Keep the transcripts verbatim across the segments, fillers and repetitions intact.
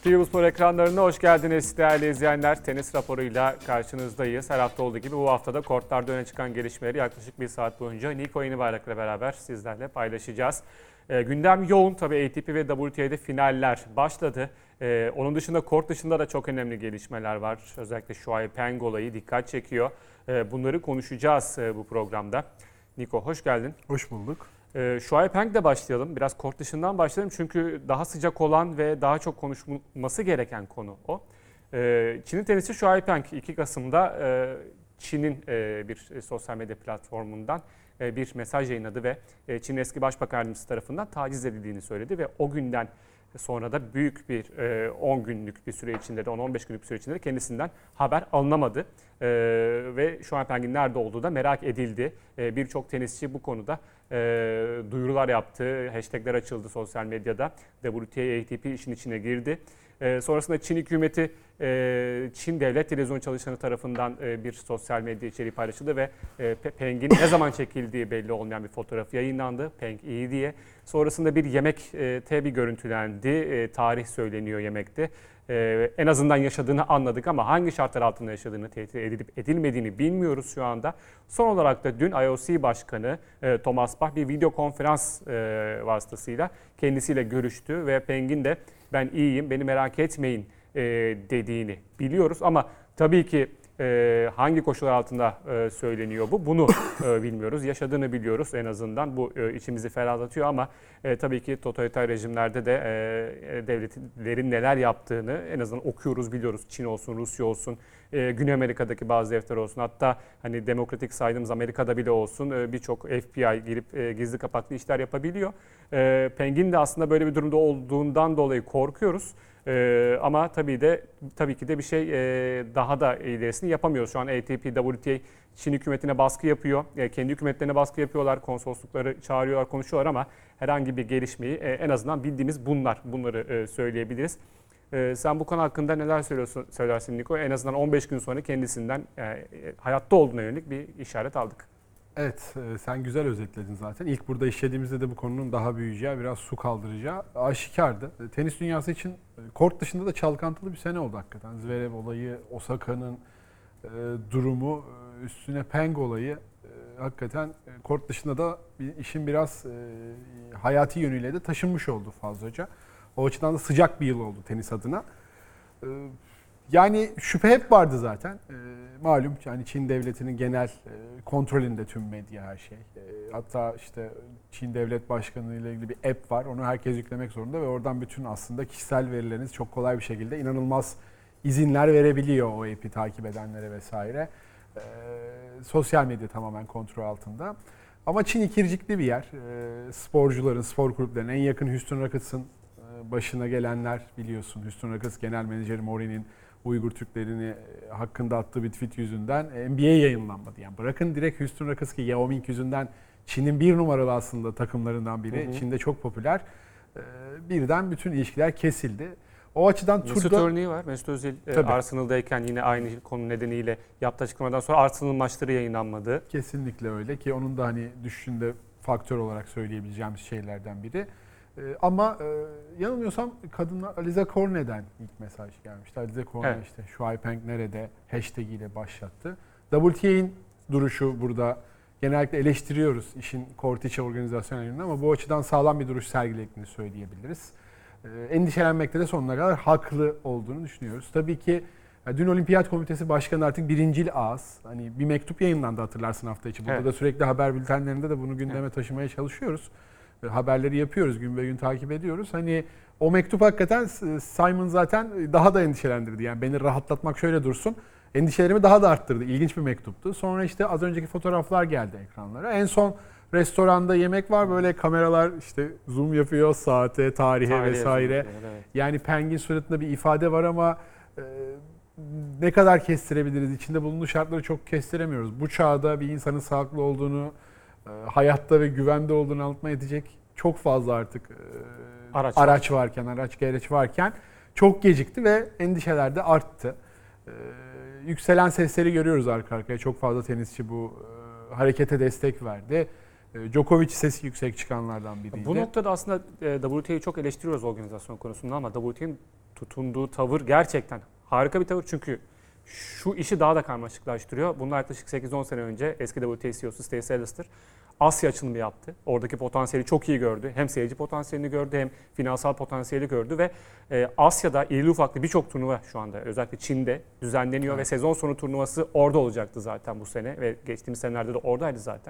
T V Spor ekranlarına hoş geldiniz değerli izleyenler. Tenis raporuyla karşınızdayız. Her hafta olduğu gibi bu haftada kortlarda öne çıkan gelişmeleri yaklaşık bir saat boyunca Niko Yenibayrak'la beraber sizlerle paylaşacağız. E, gündem yoğun tabii. A T P ve W T A'de finaller başladı. E, onun dışında kort dışında da çok önemli gelişmeler var. Özellikle Shuai Peng olayı dikkat çekiyor. E, bunları konuşacağız e, bu programda. Niko hoş geldin. Hoş bulduk. E, Shuai Peng'le başlayalım. Biraz kort dışından başlayalım çünkü daha sıcak olan ve daha çok konuşulması gereken konu o. E, Çin'in tenisi Shuai Peng iki Kasım'da e, Çin'in e, bir sosyal medya platformundan e, bir mesaj yayınladı ve e, Çin'in eski başbakan yardımcısı tarafından taciz edildiğini söyledi ve o günden sonra da büyük bir on günlük bir süre içinde de on on beş günlük bir süre içinde de kendisinden haber alınamadı. Ee, ve Shuai Peng'in nerede olduğu da merak edildi. Ee, Birçok tenisçi bu konuda e, duyurular yaptı, hashtagler açıldı sosyal medyada. W T A, A T P işin içine girdi. Ee, sonrasında Çin hükümeti, e, Çin devlet televizyon çalışanı tarafından e, bir sosyal medya içeriği paylaşıldı ve e, Peng'in ne zaman çekildiği belli olmayan bir fotoğraf yayınlandı. Peng iyi diye. Sonrasında bir yemekte bir görüntülendi. E, tarih söyleniyor yemekte. Ee, en azından yaşadığını anladık ama hangi şartlar altında yaşadığını, tehdit edilip edilmediğini bilmiyoruz şu anda. Son olarak da dün I O C Başkanı e, Thomas Bach bir video konferans e, vasıtasıyla kendisiyle görüştü ve Peng'in de ben iyiyim, beni merak etmeyin e, dediğini biliyoruz ama tabii ki e, hangi koşullar altında e, söyleniyor bu bunu e, bilmiyoruz. Yaşadığını biliyoruz en azından, bu e, içimizi ferahlatıyor ama e, tabii ki totaliter rejimlerde de e, devletlerin neler yaptığını en azından okuyoruz, biliyoruz. Çin olsun, Rusya olsun, e, Güney Amerika'daki bazı devletler olsun, hatta hani demokratik saydığımız Amerika'da bile olsun e, birçok F B I girip e, gizli kapaklı işler yapabiliyor. E, Peng'in de aslında böyle bir durumda olduğundan dolayı korkuyoruz. Ee, ama tabii de tabii ki de bir şey e, daha da ilerisini yapamıyoruz. Şu an A T P, W T A Çin hükümetine baskı yapıyor. E, kendi hükümetlerine baskı yapıyorlar. Konsoloslukları çağırıyorlar, konuşuyorlar ama herhangi bir gelişmeyi e, en azından bildiğimiz bunlar. Bunları e, söyleyebiliriz. E, sen bu konu hakkında neler söylüyorsun, söylersin Niko? En azından on beş gün sonra kendisinden e, hayatta olduğuna yönelik bir işaret aldık. Evet, sen güzel özetledin zaten. İlk burada işlediğimizde de bu konunun daha büyüyeceği, biraz su kaldıracağı aşikardı. Tenis dünyası için kort dışında da çalkantılı bir sene oldu hakikaten. Zverev olayı, Osaka'nın e, durumu, üstüne Peng olayı e, hakikaten kort dışında da bir, işin biraz e, hayati yönüyle de taşınmış oldu fazlaca. O açıdan da sıcak bir yıl oldu tenis adına. E, Yani şüphe hep vardı zaten. E, malum yani Çin devletinin genel e, kontrolünde tüm medya, her şey. E, hatta işte Çin devlet başkanı ile ilgili bir app var. Onu herkes yüklemek zorunda ve oradan bütün aslında kişisel verileriniz çok kolay bir şekilde inanılmaz izinler verebiliyor o app'i takip edenlere vesaire. E, sosyal medya tamamen kontrol altında. Ama Çin ikircikli bir yer. E, sporcuların, spor kulüplerinin en yakın Houston Rockets'ın e, başına gelenler biliyorsun. Houston Rockets Genel Menajeri Mori'nin Uygur Türklerini hakkında attığı bir tweet yüzünden N B A yayınlanmadı. Yani bırakın direkt Houston Rockets ki Yao Ming yüzünden Çin'in bir numaralı aslında takımlarından biri. Hı hı. Çin'de çok popüler. Birden bütün ilişkiler kesildi. O açıdan Mesut turda... örneği var. Mesut Özil Tabii. Arsenal'dayken yine aynı konu nedeniyle yaptığı açıklamadan sonra Arsenal maçları yayınlanmadı. Kesinlikle öyle ki onun da hani düşüşünde faktör olarak söyleyebileceğimiz şeylerden biri. Ama yanılmıyorsam kadınlar Alize Cornet'den ilk mesaj gelmişti. Alize Cornet evet. işte Shuai Peng nerede hashtag ile başlattı. W T A'nin duruşu burada genellikle eleştiriyoruz işin kort içi organizasyon yönünde ama bu açıdan sağlam bir duruş sergilediğini söyleyebiliriz. Endişelenmekte de sonuna kadar haklı olduğunu düşünüyoruz. Tabii ki dün Olimpiyat Komitesi Başkanı artık birincil ağız. Hani bir mektup yayınlandı hatırlarsın hafta içi. Burada evet. da sürekli haber bültenlerinde de bunu gündeme evet. taşımaya çalışıyoruz. Haberleri yapıyoruz, gün be gün takip ediyoruz. Hani o mektup hakikaten Simon zaten daha da endişelendirdi. Yani beni rahatlatmak şöyle dursun. Endişelerimi daha da arttırdı. İlginç bir mektuptu. Sonra işte az önceki fotoğraflar geldi ekranlara. En son restoranda yemek var. Böyle kameralar işte zoom yapıyor saate, tarihe Tarihe vesaire. Evet. Yani Peng'in suratında bir ifade var ama e, ne kadar kestirebiliriz? İçinde bulunduğu şartları çok kestiremiyoruz. Bu çağda bir insanın sağlıklı olduğunu, hayatta ve güvende olduğunu anlatmaya yetecek çok fazla artık araç, araç varken, araç gereç varken çok gecikti ve endişeler de arttı. Ee, yükselen sesleri görüyoruz arka arkaya. Çok fazla tenisçi bu e, harekete destek verdi. E, Djokovic sesi yüksek çıkanlardan biriydi. Bu noktada aslında e, W T A'yı çok eleştiriyoruz organizasyon konusunda ama W T A'nın tutunduğu tavır gerçekten harika bir tavır. Çünkü şu işi daha da karmaşıklaştırıyor. Bundan yaklaşık sekiz on sene önce eski W T A C E O'su Stacey Alister Asya açılımı yaptı. Oradaki potansiyeli çok iyi gördü. Hem seyirci potansiyelini gördü hem finansal potansiyeli gördü ve e, Asya'da irili ufaklı birçok turnuva şu anda özellikle Çin'de düzenleniyor evet. Ve sezon sonu turnuvası orada olacaktı zaten bu sene ve geçtiğimiz senelerde de oradaydı zaten.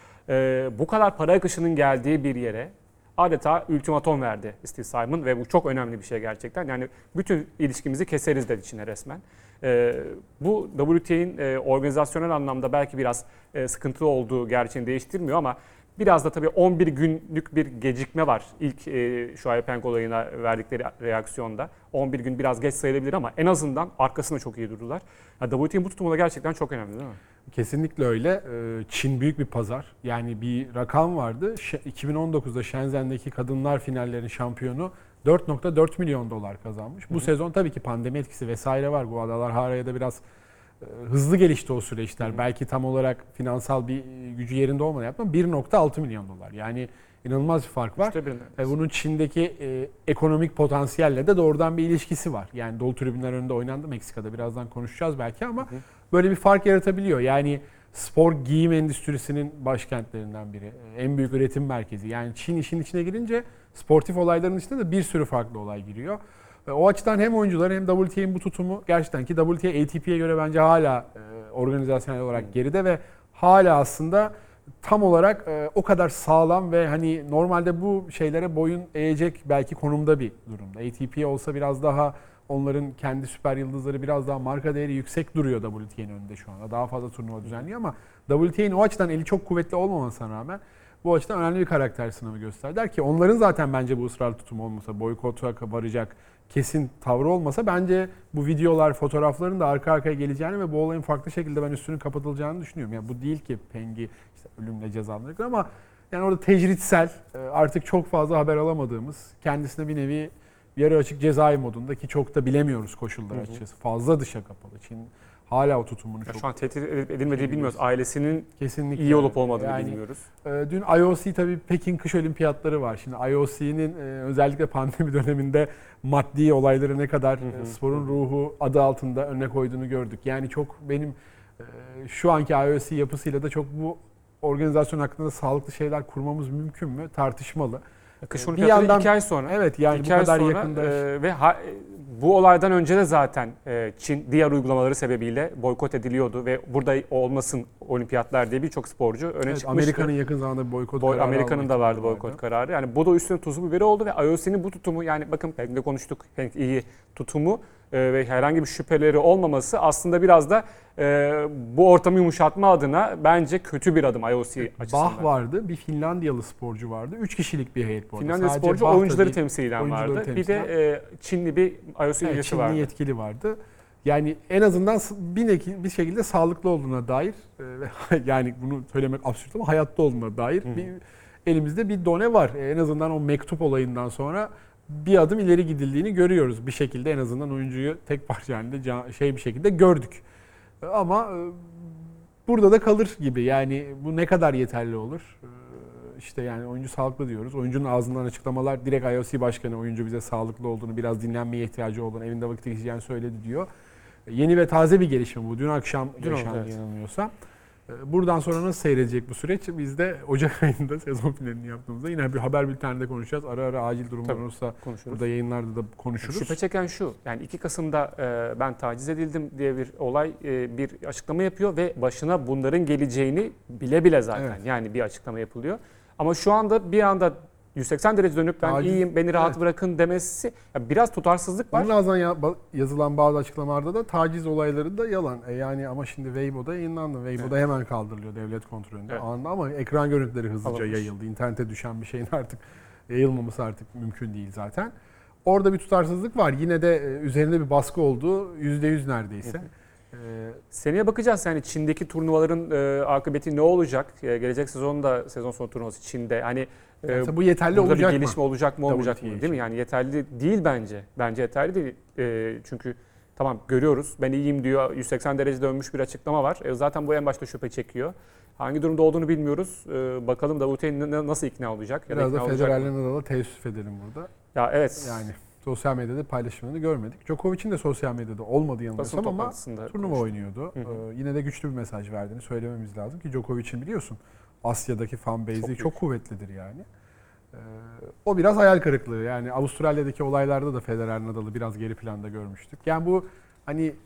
E, bu kadar para akışının geldiği bir yere adeta ultimatom verdi Steve Simon ve bu çok önemli bir şey gerçekten. Yani bütün ilişkimizi keseriz dedi Çin'e resmen. Ee, bu W T A'nın e, organizasyonel anlamda belki biraz e, sıkıntılı olduğu gerçeğini değiştirmiyor ama biraz da tabii on bir günlük bir gecikme var ilk e, Shuai Peng olayına verdikleri reaksiyonda. on bir gün biraz geç sayılabilir ama en azından arkasında çok iyi durdular. Yani W T A'nın bu tutumu da gerçekten çok önemli değil mi? Kesinlikle öyle. Çin büyük bir pazar. Yani bir rakam vardı. iki bin on dokuzda Shenzhen'deki kadınlar finallerin şampiyonu dört nokta dört milyon dolar kazanmış. Bu hı hı. sezon tabii ki pandemi etkisi vesaire var. Bu adalar Hara'ya biraz hızlı gelişti o süreçler. Hı hı. Belki tam olarak finansal bir gücü yerinde olmadan yaptı ama bir nokta altı milyon dolar. Yani inanılmaz bir fark var. İşte bunun Çin'deki e, ekonomik potansiyelle de doğrudan bir ilişkisi var. Yani dolu tribünler önünde oynandı Meksika'da. Birazdan konuşacağız belki ama hı hı. böyle bir fark yaratabiliyor. Yani spor giyim endüstrisinin başkentlerinden biri. En büyük üretim merkezi. Yani Çin işin içine girince sportif olayların içinde de bir sürü farklı olay giriyor. O açıdan hem oyuncular hem W T A'nın bu tutumu gerçekten ki W T A A T P'ye göre bence hala e, organizasyonel olarak geride ve hala aslında tam olarak e, o kadar sağlam ve hani normalde bu şeylere boyun eğecek belki konumda bir durumda. A T P olsa biraz daha onların kendi süper yıldızları biraz daha marka değeri yüksek duruyor W T A'nın önünde şu anda. Daha fazla turnuva düzenliyor ama W T A'nın o açıdan eli çok kuvvetli olmamasına rağmen bu açıdan önemli bir karakter sınavı gösterdiler ki onların zaten bence bu ısrarlı tutumu olmasa, boykota varacak kesin tavrı olmasa bence bu videolar, fotoğrafların da arka arkaya geleceğini ve bu olayın farklı şekilde ben üstünün kapatılacağını düşünüyorum. Yani bu değil ki Peng'i işte ölümle cezalandırdıkları ama yani orada tecritsel artık çok fazla haber alamadığımız kendisine bir nevi yarı açık cezai modunda ki çok da bilemiyoruz koşulları açıkçası. Fazla dışa kapalı. Çin hala o tutumunu ya çok... Şu an tehdit edilip edilmediği bilmiyoruz. Ailesinin kesinlikle iyi olup olmadığını yani, bilmiyoruz. E, dün I O C tabii Pekin Kış Olimpiyatları var. Şimdi I O C'nin e, özellikle pandemi döneminde maddi olayları ne kadar hı hı, e, sporun hı. ruhu adı altında önüne koyduğunu gördük. Yani çok benim e, şu anki I O C yapısıyla da çok bu organizasyon hakkında sağlıklı şeyler kurmamız mümkün mü? Tartışmalı. Kış Olimpiyatları iki ay sonra. Evet yani iki bu kadar sonra, yakında. E, ve ha, bu olaydan önce de zaten e, Çin diğer uygulamaları sebebiyle boykot ediliyordu ve burada olmasın olimpiyatlar diye birçok sporcu öne evet, çıkmıştı. Amerika'nın yakın zamanda boykot Boy, kararı Amerika'nın da vardı boykot vardı. kararı. Yani bu da üstüne tuzu biberi oldu ve I O C'nin bu tutumu yani bakın belki de konuştuk Peng iyi tutumu e, ve herhangi bir şüpheleri olmaması aslında biraz da e, bu ortamı yumuşatma adına bence kötü bir adım I O C açısından. Bach vardı, bir Finlandiyalı sporcu vardı. Üç kişilik bir heyet bu arada. Finlandiyalı Sadece sporcu Bach oyuncuları değil, temsilen oyuncuları vardı. temsilen. Bir de e, Çinli bir I O C evet, üyesi Çinli vardı. Çinli yetkili vardı. Yani en azından bir, nekil, bir şekilde sağlıklı olduğuna dair e, yani bunu söylemek absürt ama hayatta olduğuna dair Hı-hı. bir elimizde bir done var. E, en azından o mektup olayından sonra bir adım ileri gidildiğini görüyoruz. Bir şekilde en azından oyuncuyu tek parça halinde şey bir şekilde gördük. E, ama e, burada da kalır gibi. Yani bu ne kadar yeterli olur? E, işte yani oyuncu sağlıklı diyoruz. Oyuncunun ağzından açıklamalar direkt I O C başkanı oyuncu bize sağlıklı olduğunu, biraz dinlenmeye ihtiyacı olduğunu, evinde vakit geçireceğini söyledi diyor. Yeni ve taze bir gelişme bu. Dün akşam Dün yaşandı evet. yanılmıyorsam. Buradan sonra nasıl seyredecek bu süreç? Biz de Ocak ayında sezon finalini yaptığımızda yine bir haber bülteninde konuşacağız. Ara ara acil durumlar olursa konuşuruz. Burada yayınlarda da konuşuruz. Şüphe çeken şu, yani iki Kasım'da e, ben taciz edildim diye bir olay e, bir açıklama yapıyor ve başına bunların geleceğini bile bile zaten evet. yani bir açıklama yapılıyor. Ama şu anda bir anda yüz seksen derece dönüp ben Taciz, iyiyim beni rahat evet. bırakın demesi biraz tutarsızlık var. Onun ağzından yazılan bazı açıklamalarda da taciz olayları da yalan. E yani ama şimdi Weibo'da yayınlandı. Weibo'da evet. hemen kaldırılıyor devlet kontrolünde evet. anında ama ekran görüntüleri hızlıca Alınmış. yayıldı. İnternete düşen bir şeyin artık yayılmaması artık mümkün değil zaten. Orada bir tutarsızlık var. Yine de üzerinde bir baskı olduğu yüzde yüz neredeyse. Ee, Seneye bakacağız yani Çin'deki turnuvaların e, akıbeti ne olacak? E, gelecek sezonda sezon sonu turnuvası Çin'de. Hani e, bu yeterli olacak bir gelişme mı? olacak mı olmayacak mı değil mi? Yani yeterli değil bence. Bence yeterli değil. E, çünkü tamam görüyoruz. Ben iyiyim diyor. yüz seksen derece dönmüş bir açıklama var. E, zaten bu en başta şüphe çekiyor. Hangi durumda olduğunu bilmiyoruz. E, bakalım W T A nasıl ikna olacak? Ya Biraz da da Federer'le Nadal'a teessüf edelim burada. Ya evet. Yani sosyal medyada paylaşımını görmedik. Djokovic'in de sosyal medyada olmadı yanılmıyorsam ama turnuva konuştu. oynuyordu. Hı hı. Ee, yine de güçlü bir mesaj verdiğini söylememiz lazım ki Djokovic'in biliyorsun Asya'daki fan base'i çok, çok kuvvetlidir yani. Ee, o biraz hayal kırıklığı. Yani Avustralya'daki olaylarda da Federer Nadal'ı biraz geri planda görmüştük. Yani bu hani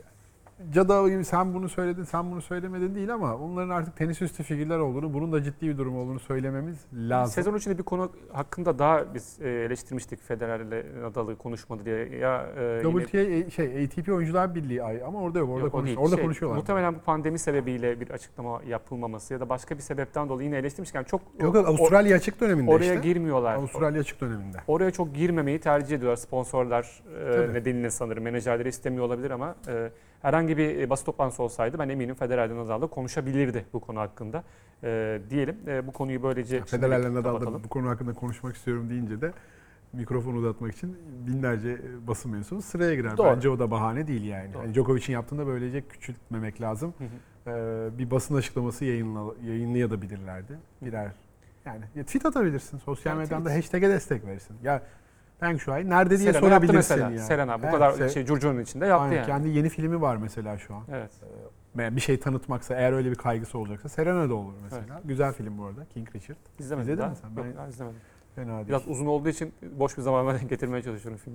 Cada gibi sen bunu söyledin, sen bunu söylemedin değil ama onların artık tenis üstü figürler olduğunu, bunun da ciddi bir durum olduğunu söylememiz lazım. Sezon içinde bir konu hakkında daha biz eleştirmiştik Federer'le Nadal'ı konuşmadı diye. Ya e, W T A yine... şey A T P Oyuncular Birliği ay ama orada yok, orada yok, konuş, orada şey, konuşuyorlar. Muhtemelen bu pandemi sebebiyle bir açıklama yapılmaması ya da başka bir sebepten dolayı yine eleştirmişken çok yok, yok Avustralya açık döneminde oraya işte. girmiyorlar. Avustralya açık döneminde. Oraya çok girmemeyi tercih ediyorlar sponsorlar e, nedeniyle sanırım. Menajerleri istemiyor olabilir ama e, herhangi bir basın toplantısı olsaydı ben eminim Federer'le Nadal'la konuşabilirdi bu konu hakkında. E, diyelim e, bu konuyu böylece Federer'le Nadal'da bu konu hakkında konuşmak istiyorum deyince de mikrofonu uzatmak için binlerce basın mensubu sıraya girer. Doğru. Bence o da bahane değil yani. yani Djokovic'in yaptığında böylece küçültmemek lazım. Hı hı. Ee, bir basın açıklaması yayınla, yayınlayabilirlerdi. Birer yani tweet atabilirsin. Sosyal yani medyadan da hashtag'e destek verirsin. Ya Peng Shuai nerede diye Serena sorabilirsin mesela. yani. Serena bu evet, kadar se- şey curcunun içinde yaptı aynen, yani. Kendi yeni filmi var mesela şu an. Evet. Ee, bir şey tanıtmaksa eğer öyle bir kaygısı olacaksa Serena da olur mesela. Evet. Güzel film bu arada. King Richard. İzlemedim İzledin daha. mi sen? Yok, ben izlemedim. Fena değil. Biraz uzun olduğu için boş bir zamana getirmeye çalışıyorum filmi.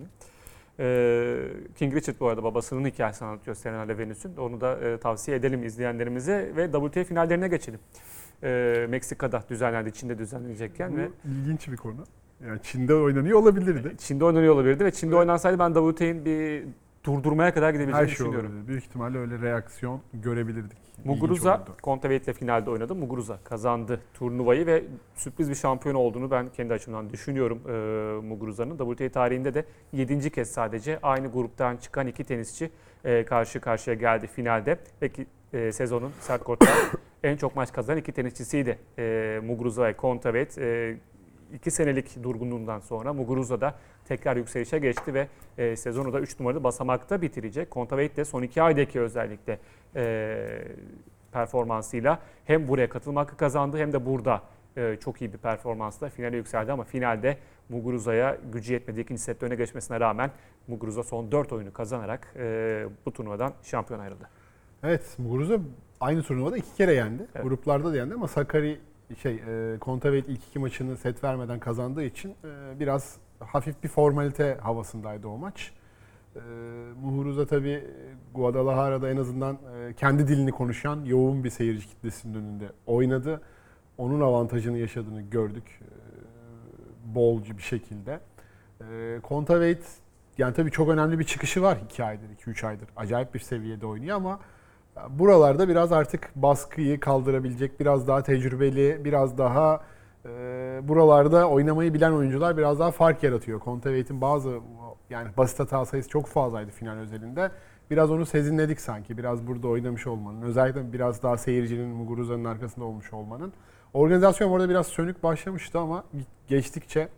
Ee, King Richard bu arada babasının hikayesini anlatıyor Serena ile Venus'un. Onu da e, tavsiye edelim izleyenlerimize ve W T A finallerine geçelim. Ee, Meksika'da düzenlendi, Çin'de düzenlenecekken. Bu ve ilginç bir konu. Yani Çin'de oynanıyor olabilirdi. Çin'de oynanıyor olabilirdi ve Çin'de evet. oynansaydı ben W T A'nın bir durdurmaya kadar gidebileceğini Her şey düşünüyorum. Olabilir. Büyük ihtimalle öyle reaksiyon görebilirdik. Muguruza Kontaveit ile finalde oynadı. Muguruza kazandı turnuvayı ve sürpriz bir şampiyon olduğunu ben kendi açımdan düşünüyorum e, Muguruza'nın. W T A tarihinde de yedinci kez sadece aynı gruptan çıkan iki tenisçi e, karşı karşıya geldi finalde. Peki e, sezonun sert kortta en çok maç kazanan iki tenisçisiydi e, Muguruza ve Kontaveit. E, iki senelik durgunluğundan sonra Muguruza da tekrar yükselişe geçti ve e, sezonu da üç numaralı basamakta bitirecek. Kontaveit de son iki aydaki özellikle e, performansıyla hem buraya katılma hakkı kazandı hem de burada e, çok iyi bir performansla finale yükseldi ama finalde Muguruza'ya gücü yetmediği ikinci sette öne geçmesine rağmen Muguruza son dört oyunu kazanarak e, bu turnuvadan şampiyon ayrıldı. Evet, Muguruza aynı turnuvada iki kere yendi. Evet. Gruplarda da yendi ama Sakkari şey e, Kontaveit ilk iki maçını set vermeden kazandığı için e, biraz hafif bir formalite havasındaydı o maç. E, Muguruza tabii Guadalajara'da en azından e, kendi dilini konuşan yoğun bir seyirci kitlesinin önünde oynadı. Onun avantajını yaşadığını gördük. E, bolcu bir şekilde. E, Kontaveit yani tabii çok önemli bir çıkışı var iki aydır, iki üç aydır. Acayip bir seviyede oynuyor ama buralarda biraz artık baskıyı kaldırabilecek, biraz daha tecrübeli, biraz daha e, buralarda oynamayı bilen oyuncular biraz daha fark yaratıyor. Kontaveit'in bazı yani basit hata sayısı çok fazlaydı final özelinde. Biraz onu sezinledik sanki. Biraz burada oynamış olmanın, özellikle biraz daha seyircinin Muguruza'nın arkasında olmuş olmanın. Organizasyon orada biraz sönük başlamıştı ama geçtikçe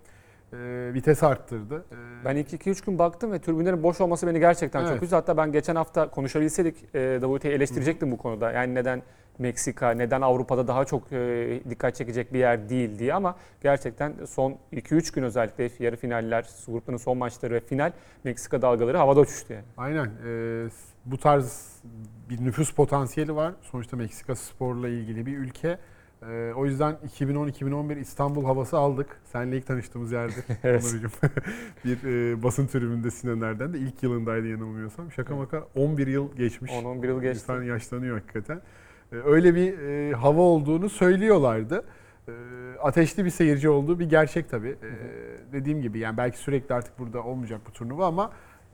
e, vites arttırdı. E, ben ilk iki üç gün baktım ve tribünlerin boş olması beni gerçekten evet. çok üzdü. Hatta ben geçen hafta konuşabilseydik e, W T A'yı eleştirecektim Hı. bu konuda. Yani neden Meksika, neden Avrupa'da daha çok e, dikkat çekecek bir yer değil diye ama gerçekten son iki üç gün özellikle yarı finaller, grupların son maçları ve final Meksika dalgaları havada uçuştu yani. Aynen. E, bu tarz bir nüfus potansiyeli var. Sonuçta Meksika sporla ilgili bir ülke. Ee, o yüzden iki bin on iki bin on bir İstanbul havası aldık. Seninle ilk tanıştığımız yerdir. Evet. bir e, basın tribünde Sinanler'den de ilk yılındaydı yanılmıyorsam. Şaka maka on bir yıl geçmiş. on on bir yıl geçti. İnsan yaşlanıyor hakikaten. Ee, öyle bir e, hava olduğunu söylüyorlardı. Ee, ateşli bir seyirci olduğu bir gerçek tabii. Ee, dediğim gibi yani belki sürekli artık burada olmayacak bu turnuva ama e,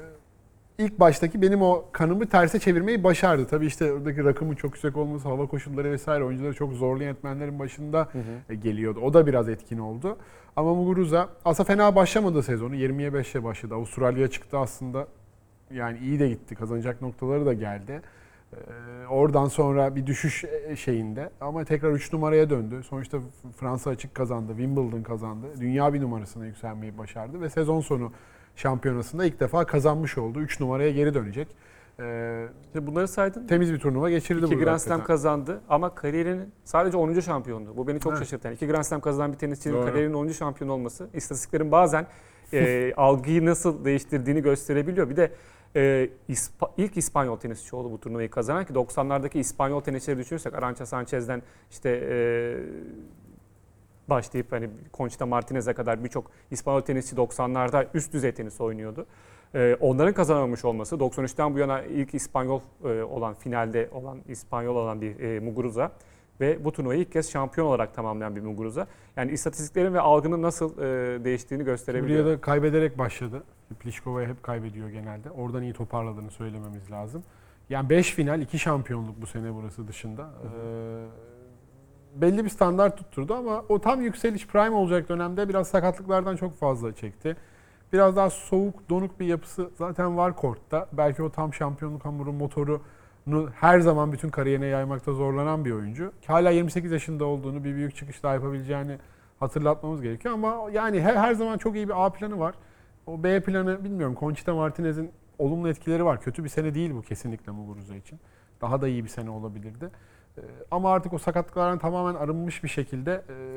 İlk baştaki benim o kanımı terse çevirmeyi başardı. Tabii işte oradaki rakımın çok yüksek olması, hava koşulları vesaire oyuncuları çok zorlayan etmenlerin başında hı hı. geliyordu. O da biraz etkin oldu. Ama Muguruza aslında fena başlamadı sezonu. yirmiye beşle başladı. Avustralya'ya çıktı aslında. Yani iyi de gitti. Kazanacak noktaları da geldi. Ee, oradan sonra bir düşüş şeyinde ama tekrar üç numaraya döndü. Sonuçta Fransa açık kazandı, Wimbledon kazandı. Dünya bir numarasına yükselmeyi başardı ve sezon sonu Şampiyonası'nda ilk defa kazanmış oldu. üç numaraya geri dönecek. Ee, İşte bunları saydın. temiz bir turnuva geçirdi İki burada Grand Slam hakikaten. kazandı ama kariyerinin sadece onuncu şampiyonluğu. Bu beni çok Evet. şaşırttı. Yani iki Grand Slam kazanan bir tenisçinin Doğru. kariyerinin onuncu şampiyon olması istatistiklerin bazen e, algıyı nasıl değiştirdiğini gösterebiliyor. Bir de e, İspa- ilk İspanyol tenisçi oldu bu turnuvayı kazanan ki doksanlardaki İspanyol tenisçileri düşünürsek Arantxa Sanchez'den işte e, başlayıp hani Conchita Martinez'e kadar birçok İspanyol tenisçi doksanlarda üst düzey tenis oynuyordu. Ee, onların kazanamamış olması, doksan üçten bu yana ilk İspanyol e, olan, finalde olan İspanyol olan bir e, Muguruza ve bu turnuvayı ilk kez şampiyon olarak tamamlayan bir Muguruza. Yani istatistiklerin ve algının nasıl e, değiştiğini gösterebiliyor. Buraya da kaybederek başladı. Pliškova'ya hep kaybediyor genelde. Oradan iyi toparladığını söylememiz lazım. Yani beş final, iki şampiyonluk bu sene burası dışında. Ee, belli bir standart tutturdu ama o tam yükseliş prime olacak dönemde biraz sakatlıklardan çok fazla çekti. Biraz daha soğuk, donuk bir yapısı zaten var kortta. Belki o tam şampiyonluk hamuru motorunu her zaman bütün kariyerine yaymakta zorlanan bir oyuncu. Hala yirmi sekiz yaşında olduğunu, bir büyük çıkış daha yapabileceğini hatırlatmamız gerekiyor. Ama yani her, her zaman çok iyi bir A planı var. O B planı bilmiyorum. Conchita Martinez'in olumlu etkileri var. Kötü bir sene değil bu kesinlikle Muguruza için. Daha da iyi bir sene olabilirdi. Ee, ama artık o sakatlıklardan tamamen arınmış bir şekilde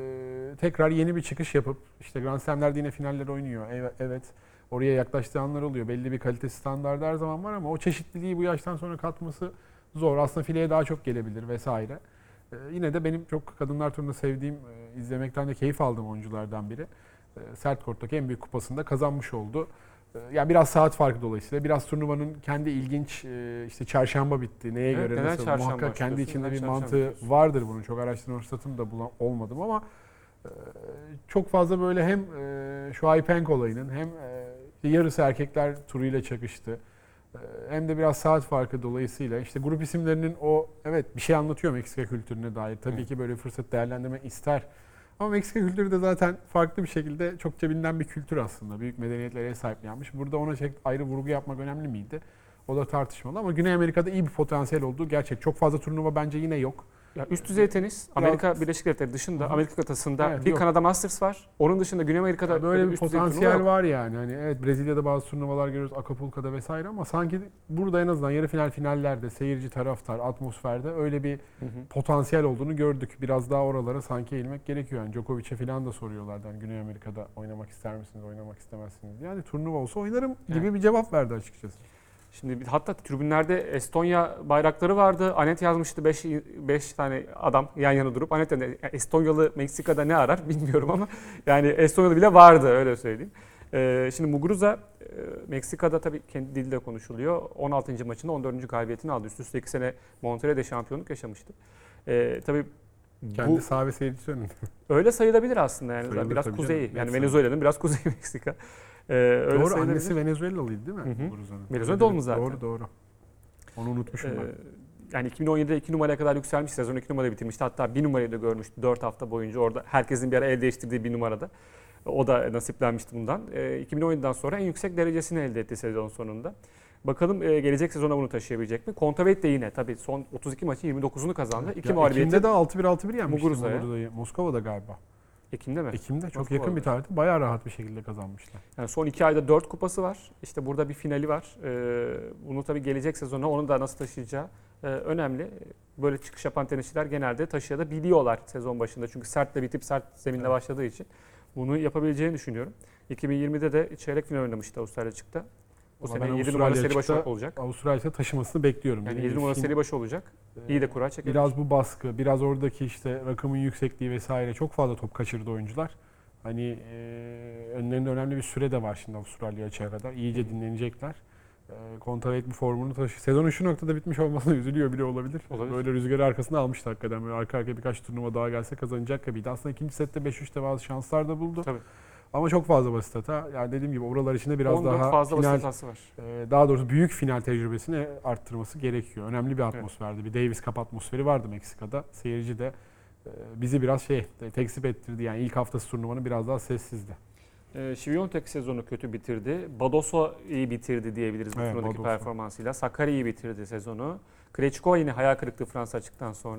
e, tekrar yeni bir çıkış yapıp işte Grand Slam'lerde yine finaller oynuyor. Evet, evet. Oraya yaklaştığı anlar oluyor. Belli bir kalite standardı her zaman var ama o çeşitliliği bu yaştan sonra katması zor. Aslında fileye daha çok gelebilir vesaire. Ee, yine de benim çok kadınlar turunu sevdiğim, e, izlemekten de keyif aldığım oyunculardan biri. E, sert korttaki en büyük kupasında kazanmış oldu. E, yani biraz saat farkı dolayısıyla, biraz turnuvanın kendi ilginç, e, işte çarşamba bitti, neye Evet, göre neden nasıl, çarşamba muhakkak kendi başlıyorsun, içinde neden bir çarşamba mantığı yapıyorsun? vardır bunun. Çok araştırma fırsatım da bulam- olmadım ama e, çok fazla böyle hem e, şu Aipenk olayının hem e, yarısı erkekler turuyla çakıştı. E, hem de biraz saat farkı dolayısıyla işte grup isimlerinin o evet bir şey anlatıyor Meksika kültürüne dair. Tabii Evet. ki böyle bir fırsat değerlendirmek ister. Ama Meksika kültürü de zaten farklı bir şekilde çokça bilinen bir kültür aslında. Büyük medeniyetlere sahiplenmiş. Burada ona şey, ayrı vurgu yapmak önemli miydi? O da tartışmalı ama Güney Amerika'da iyi bir potansiyel olduğu gerçek. Çok fazla turnuva bence yine yok. Ya üst düzey tenis, Amerika Birleşik Devletleri dışında, Hı hı. Amerika kıtasında Evet, bir yok. Kanada Masters var. Onun dışında Güney Amerika'da Yani böyle bir üst düzey turnuva potansiyel yok. var yani. Hani evet Brezilya'da bazı turnuvalar görüyoruz, Acapulco'da vesaire ama sanki burada en azından yarı final finallerde, seyirci, taraftar, atmosferde öyle bir Hı hı. potansiyel olduğunu gördük. Biraz daha oralara sanki eğilmek gerekiyor. Yani Djokovic'e falan da soruyorlardı. Hani Güney Amerika'da oynamak ister misiniz, oynamak istemezsiniz? Yani turnuva olsa oynarım gibi Evet. bir cevap verdi açıkçası. Şimdi bir- hatta tribünlerde Estonya bayrakları vardı. Anet yazmıştı beş tane adam yan yana durup. Anet yani Estonyalı Meksika'da ne arar bilmiyorum ama yani Estonyalı bile vardı öyle söyleyeyim. Ee, şimdi Muguruza e, Meksika'da tabii kendi dilde konuşuluyor. on altıncı maçında on dördüncü galibiyetini aldı. Üst üste iki sene Monterrey'de şampiyonluk yaşamıştı. Ee, tabii Kendi bu saha ve seyircisi önünde. öyle sayılabilir aslında yani Sayılır biraz tabii kuzeyi. canım. Yani Net Venezuela'nın biraz kuzeyi Meksika. Ee, öyle Doğru, sayılabilir. annesi Venezuelalıydı değil mi? Hı hı. Muguruza'nın? Venezuela Öyle doğumlu bir- zaten. Doğru doğru. Onu unutmuşum Ee, ben. yani iki bin on yedide iki numaraya kadar yükselmiş. Sezon iki numarayı bitirmişti. Hatta bir numarayı da görmüştü dört hafta boyunca orada. Herkesin bir ara el değiştirdiği bir numarada. O da nasiplenmişti bundan. Ee, iki bin on yediden sonra en yüksek derecesini elde etti sezon sonunda. Bakalım e, gelecek sezona bunu taşıyabilecek mi? Kontaveit de yine tabii son otuz iki maçın yirmi dokuzunu kazandı. İki Ya mağlubiyeti Ekim'de de altı bir altı bir yenmişti Muguruza'ya. Muguruza'yı. Moskova'da galiba. Ekim'de mi? Ekim'de çok Moskova'da. yakın bir tarihte bayağı rahat bir şekilde kazanmışlar. Yani son iki ayda dört kupası var. İşte burada bir finali var. Ee, bunu tabii gelecek sezona onu da nasıl taşıyacağı e, önemli. Böyle çıkış yapan tenisçiler genelde taşıyabiliyorlar sezon başında. Çünkü sertle bitip sert zeminle Evet. başladığı için bunu yapabileceğini düşünüyorum. iki bin yirmide de çeyrek final oynamıştı Avustralya çıktı. Bu Valla sene ben yedi Avustralya numara seri başı açıkta olacak. Avustralya'da taşımasını bekliyorum. Yani Dediğim yedi gibi numara fin- seri başı olacak. İyi de kura çekebilir. Biraz bu baskı, biraz oradaki işte rakamın yüksekliği vesaire çok fazla top kaçırdı oyuncular. Hani e, önlerinde önemli bir süre de var şimdi Avustralya açığa kadar. İyice dinlenecekler. E, Kontaveit bu formunu taşı. Sezonun şu noktada bitmiş olmasına üzülüyor bile olabilir. Olabilir. Böyle rüzgarı arkasına almıştı hakikaten. Böyle arka arkaya birkaç turnuva daha gelse kazanacak gibiydi. Aslında ikinci sette beş üçte bazı şanslar da buldu. Tabii. Ama çok fazla basit hata. Yani dediğim gibi oralar içinde biraz on dört daha fazla final, basit hatası var. e, daha doğrusu büyük final tecrübesini arttırması gerekiyor. Önemli bir atmosferdi. Bir Davis Cup atmosferi vardı Meksika'da. Seyirci de e, bizi biraz şey tekzip ettirdi. Yani ilk haftası turnuvanın biraz daha sessizdi. Ee, Świątek sezonu kötü bitirdi. Badoso iyi bitirdi diyebiliriz bu Evet, turnuvadaki Badosa. performansıyla. Sakkari iyi bitirdi sezonu. Krejcikova yine hayal kırıklığı Fransa açıktan sonra.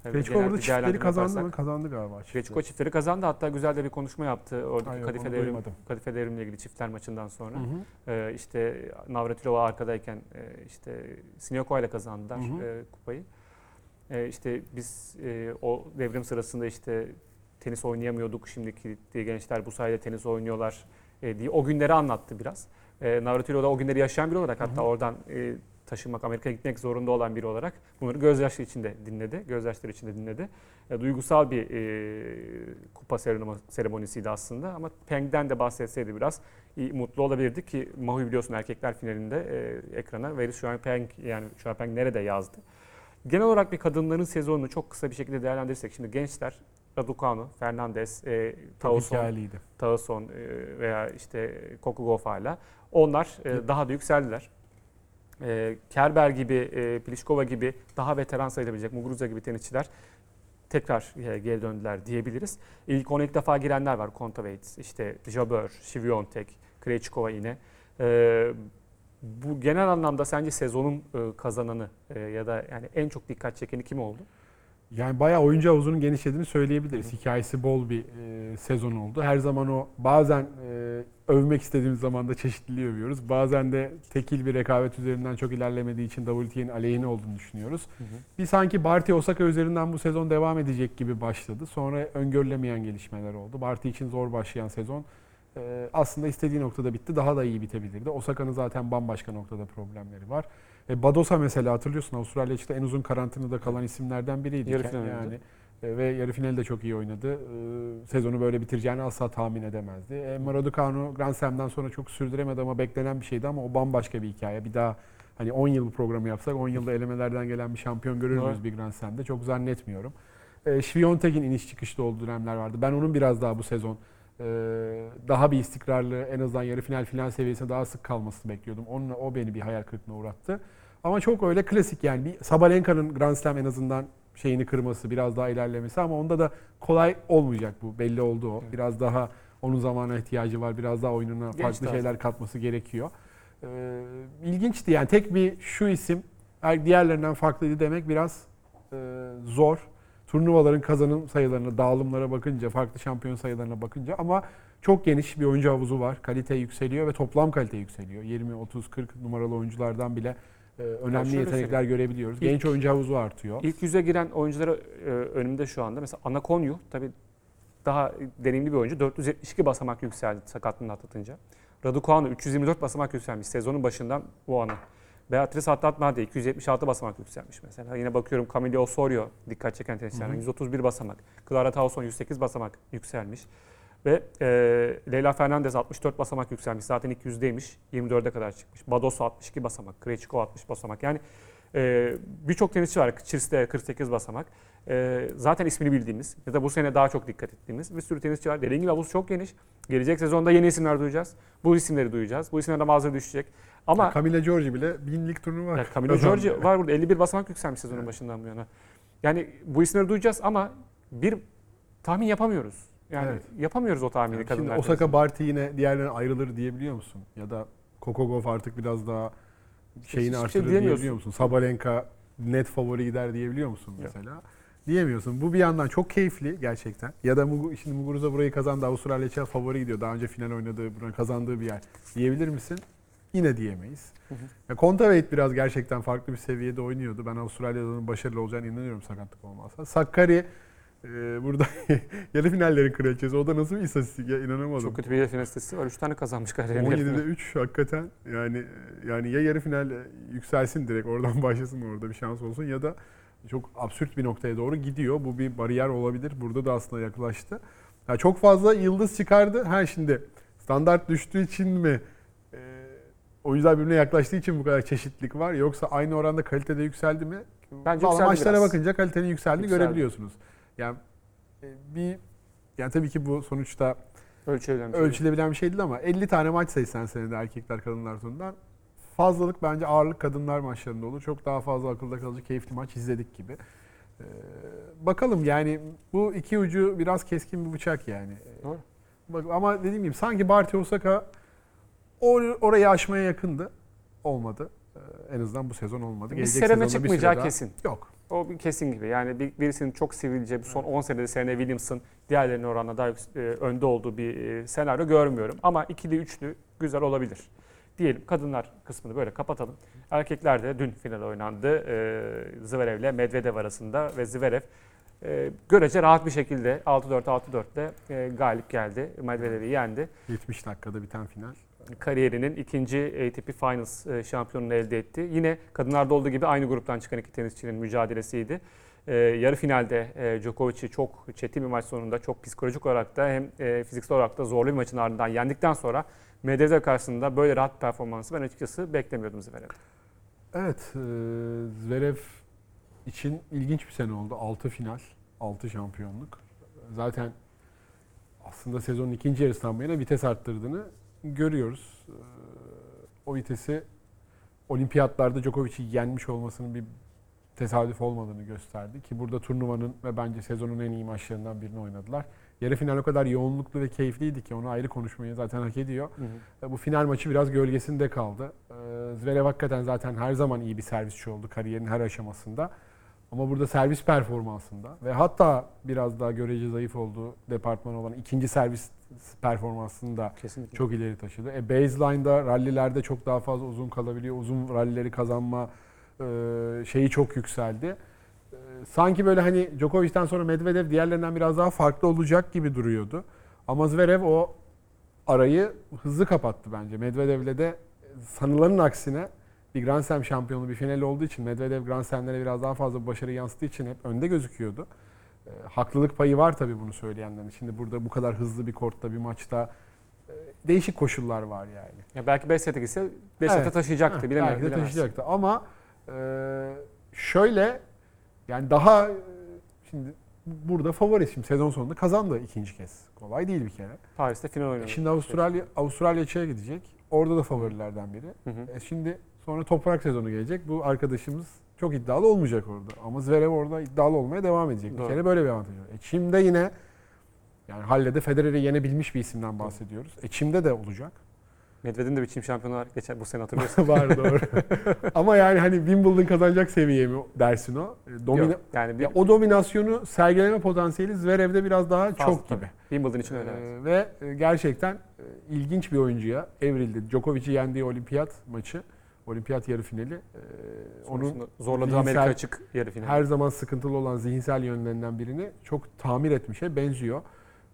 Krejcikov genel orada bir çiftleri değerlendirme kazandı yaparsak. mı? Kazandı galiba çiftleri. Krejcikov çiftleri kazandı. Hatta güzel de bir konuşma yaptı. Oradaki Hayır, Kadife onu Devrim, duymadım. Kadife Devrim'le ilgili çiftler maçından sonra. Hı hı. Ee, işte Navratilova arkadayken e, işte Siniakova ile kazandılar Hı hı. e, kupayı. E, işte biz e, o devrim sırasında işte tenis oynayamıyorduk. Şimdiki gençler bu sayede tenis oynuyorlar e, diye o günleri anlattı biraz. E, Navratilova da o günleri yaşayan biri olarak, hatta Hı hı. oradan e, taşınmak, Amerika'ya gitmek zorunda olan biri olarak bunları gözyaşı içinde dinledi. Gözyaşları içinde dinledi. E, duygusal bir e, kupa seremonisiydi aslında, ama Peng'den de bahsetseydi biraz iyi, mutlu olabilirdik ki Mahui biliyorsun erkekler finalinde e, ekrana Where is Shuaipeng, yani Shuaipeng nerede yazdı. Genel olarak bir kadınların sezonunu çok kısa bir şekilde değerlendirirsek, şimdi gençler Raducanu, Fernandez, e, Tauson, Tauson e, veya işte Coco Gauff'la onlar e, daha da yükseldiler. E, Kerber gibi, e, Pliskova gibi daha veteran sayılabilecek, Muguruza gibi tenisçiler tekrar e, geri döndüler diyebiliriz. İlk ona ilk defa girenler var. Kontaveit, işte Jabeur, Świątek, Krejcikova yine. E, bu genel anlamda sence sezonun e, kazananı e, ya da yani en çok dikkat çekeni kim oldu? Yani bayağı oyuncu havuzunun genişlediğini söyleyebiliriz. Hı hı. Hikayesi bol bir e, sezon oldu. Her zaman o bazen e, övmek istediğimiz zaman da çeşitliliği övüyoruz. Bazen de tekil bir rekabet üzerinden çok ilerlemediği için W T A'nin aleyhine olduğunu düşünüyoruz. Hı hı. Bir sanki Barty Osaka üzerinden bu sezon devam edecek gibi başladı. Sonra öngörülemeyen gelişmeler oldu. Barty için zor başlayan sezon e, aslında istediği noktada bitti. Daha da iyi bitebilirdi. Osaka'nın zaten bambaşka noktada problemleri var. E, Badosa mesela hatırlıyorsun, Avustralya için en uzun karantinada kalan isimlerden biriydi. Yarı yani. finalde. E, ve yarı finali de çok iyi oynadı. E, sezonu böyle bitireceğini asla tahmin edemezdi. E, Raducanu Grand Slam'dan sonra çok sürdüremedi ama beklenen bir şeydi, ama o bambaşka bir hikaye. Bir daha hani on yıl programı yapsak on yılda elemelerden gelen bir şampiyon görür müyüz evet. bir Grand Slam'de? Çok zannetmiyorum. E, Świątek'in iniş çıkışlı olduğu dönemler vardı. Ben onun biraz daha bu sezon e, daha bir istikrarlı, en azından yarı final final seviyesine daha sık kalmasını bekliyordum. Onunla, o beni bir hayal kırıklığına uğrattı. Ama çok öyle klasik yani bir Sabalenka'nın Grand Slam en azından şeyini kırması, biraz daha ilerlemesi, ama onda da kolay olmayacak bu. Belli oldu o. Biraz daha onun zamana ihtiyacı var. Biraz daha oyununa Genç farklı daha. şeyler katması gerekiyor. Ee, ilginçti yani, tek bir şu isim diğerlerinden farklıydı demek biraz e, zor. Turnuvaların kazanım sayılarına, dağılımlara bakınca, farklı şampiyon sayılarına bakınca, ama çok geniş bir oyuncu havuzu var. Kalite yükseliyor ve toplam kalite yükseliyor. yirmi, otuz, kırk numaralı oyunculardan bile önemli yani yetenekler görebiliyoruz. İlk, Genç oyuncu havuzu artıyor. İlk yüze giren oyunculara e, önümde şu anda. Mesela Anakonyu tabii daha deneyimli bir oyuncu. dört yüz yetmiş iki basamak yükseldi sakatlığını atlatınca. Raducanu üç yüz yirmi dört basamak yükselmiş sezonun başından bu ana. Beatrice Haddad-Mahdi iki yüz yetmiş altı basamak yükselmiş mesela. Yine bakıyorum Camille Osorio dikkat çeken tenisçilerden yüz otuz bir basamak. Clara Tauson yüz sekiz basamak yükselmiş. Ve e, Leyla Fernandez altmış dört basamak yükselmiş. Zaten ilk yüzdeymiş. yirmi dörde kadar çıkmış. Badosa altmış iki basamak. Krejcikov altmış basamak. Yani e, birçok tenisçi var. Çirste kırk sekiz basamak. E, zaten ismini bildiğimiz ya da bu sene daha çok dikkat ettiğimiz bir sürü tenisçi var. Dediğim gibi havuz çok geniş. Gelecek sezonda yeni isimler duyacağız. Bu isimleri duyacağız. Bu isimlerden bazıları düşecek. Ama ya Camille Giorgi bile binlik turnuva var. Camille Giorgi var burada. elli bir basamak yükselmiş sezonun evet. başından bu yana. Yani bu isimleri duyacağız ama bir tahmin yapamıyoruz. Yani evet. yapamıyoruz o tahmini yani kadınlar. Şimdi Osaka Barty yine diğerlerine ayrılır diyebiliyor musun? Ya da Coco Gauff artık biraz daha şeyini Hiç artırır şey diyebiliyor musun? Sabalenka net favori gider diyebiliyor musun mesela? Yok. Diyemiyorsun. Bu bir yandan çok keyifli gerçekten. Ya da şimdi Muguruza burayı kazandı. Avustralya için favori gidiyor. Daha önce final oynadığı, kazandığı bir yer. Diyebilir misin? Yine diyemeyiz. Hı hı. Kontaveit biraz gerçekten farklı bir seviyede oynuyordu. Ben Avustralya'nın başarılı olacağını inanıyorum sakatlık olmazsa. Sakkari Ee, burada yarı finallerin kraliçesi. O da nasıl bir istatistik ya, inanamadım. Çok kötü bir yarı final istatistiği var. üç tane kazanmış kariyerinde. on yedide üç hakikaten. Yani yani ya yarı final yükselsin direkt oradan başlasın, orada bir şans olsun, ya da çok absürt bir noktaya doğru gidiyor. Bu bir bariyer olabilir. Burada da aslında yaklaştı. Yani çok fazla yıldız çıkardı. Ha şimdi standart düştüğü için mi, e, oyuncular birbirine yaklaştığı için bu kadar çeşitlilik var, yoksa aynı oranda kalitede yükseldi mi? Bence yükseldi maçlara biraz. bakınca kalitenin yükseldiğini Yükseldi. görebiliyorsunuz. Yani bir yani tabii ki bu sonuçta ölçülebilen bir, ölçülebilen bir şey değil, ama elli tane maç sayısan senede erkekler kadınlar sonundan fazlalık, bence ağırlık kadınlar maçlarında olur. Çok daha fazla akılda kalıcı keyifli maç izledik gibi. Ee, bakalım yani bu iki ucu biraz keskin bir bıçak yani. Doğru. Bak, ama dediğim gibi sanki Barty Osaka or- orayı aşmaya yakındı. Olmadı. Ee, en azından bu sezon olmadı. Bir sereme çıkmayacağı kesin. Yok. O bir kesin gibi. Yani bir, birisinin çok sivilce, son on senede Serena Williams'ın diğerlerine oranla daha e, önde olduğu bir e, senaryo görmüyorum. Ama ikili, üçlü güzel olabilir. Diyelim kadınlar kısmını böyle kapatalım. Erkeklerde dün final oynandı. E, Zverev ile Medvedev arasında ve Zverev e, görece rahat bir şekilde altı dört altı dört ile e, galip geldi. Medvedev'i yendi. yetmiş dakikada biten final. Kariyerinin ikinci A T P Finals e, şampiyonluğunu elde etti. Yine kadınlarda olduğu gibi aynı gruptan çıkan iki tenisçinin mücadelesiydi. E, yarı finalde e, Djokovic'i çok çetin bir maç sonunda, çok psikolojik olarak da hem e, fiziksel olarak da zorlu bir maçın ardından yendikten sonra Medvedev karşısında böyle rahat bir performansı ben açıkçası beklemiyordum Zverev'den. Evet, e, Zverev için ilginç bir sene oldu. altı final, altı şampiyonluk. Zaten aslında sezonun ikinci yarısından bu yana vites arttırdığını görüyoruz. E, o vitesi olimpiyatlarda Djokovic'i yenmiş olmasının bir tesadüf olmadığını gösterdi ki burada turnuvanın ve bence sezonun en iyi maçlarından birini oynadılar. Yarı final o kadar yoğunluklu ve keyifliydi ki onu ayrı konuşmayı zaten hak ediyor. Hı hı. Bu final maçı biraz gölgesinde kaldı. Zverev hakikaten zaten her zaman iyi bir servisçi oldu kariyerin her aşamasında. Ama burada servis performansında ve hatta biraz daha görece zayıf olduğu departman olan ikinci servis performansını da kesinlikle çok ileri taşıdı. E, baseline'da, rallilerde çok daha fazla uzun kalabiliyor. Uzun rallileri kazanma şeyi çok yükseldi. Sanki böyle hani Djokovic'ten sonra Medvedev diğerlerinden biraz daha farklı olacak gibi duruyordu. Ama Zverev o arayı hızlı kapattı bence. Medvedev'le de sanılanın aksine bir Grand Slam şampiyonu bir finali olduğu için Medvedev Grand Slam'lere biraz daha fazla başarı yansıttığı için hep önde gözüküyordu. E, haklılık payı var tabii bunu söyleyenlerin. Şimdi burada bu kadar hızlı bir kortta bir maçta e, değişik koşullar var yani. Ya belki beş sete gitse beş sete evet. taşıyacaktı. Heh, belki de taşıyacaktı ama e, şöyle yani daha şimdi burada favori şimdi sezon sonunda kazandı ikinci kez. Kolay değil bir kere. Paris'te final oynadı. Şimdi Avustralya Avustralya çaya gidecek. Orada da favorilerden biri. Hı hı. E şimdi sonra toprak sezonu gelecek. Bu arkadaşımız çok iddialı olmayacak orada. Ama Zverev orada iddialı olmaya devam edecek. Doğru. Bir kere böyle bir avantajı var. E Çim'de yine yani Halle'de Federer'i yenebilmiş bir isimden bahsediyoruz. E Çim'de de olacak. Medvedev'in de bir çim şampiyonu var. Geçen bu sene hatırlıyorsun. Var doğru. Ama yani hani Wimbledon kazanacak seviye mi dersin o? Domina- Yok, yani bir... ya o dominasyonu sergileme potansiyeli Zverev'de biraz daha fazla, çok gibi. Tabii. Wimbledon için öyle. Ee, ve gerçekten ilginç bir oyuncuya evrildi. Djokovic'i yendiği olimpiyat maçı, olimpiyat yarı finali. E, onun zorladığı Amerika açık yarı finali. Her zaman sıkıntılı olan zihinsel yönlerinden birini çok tamir etmişe benziyor. E,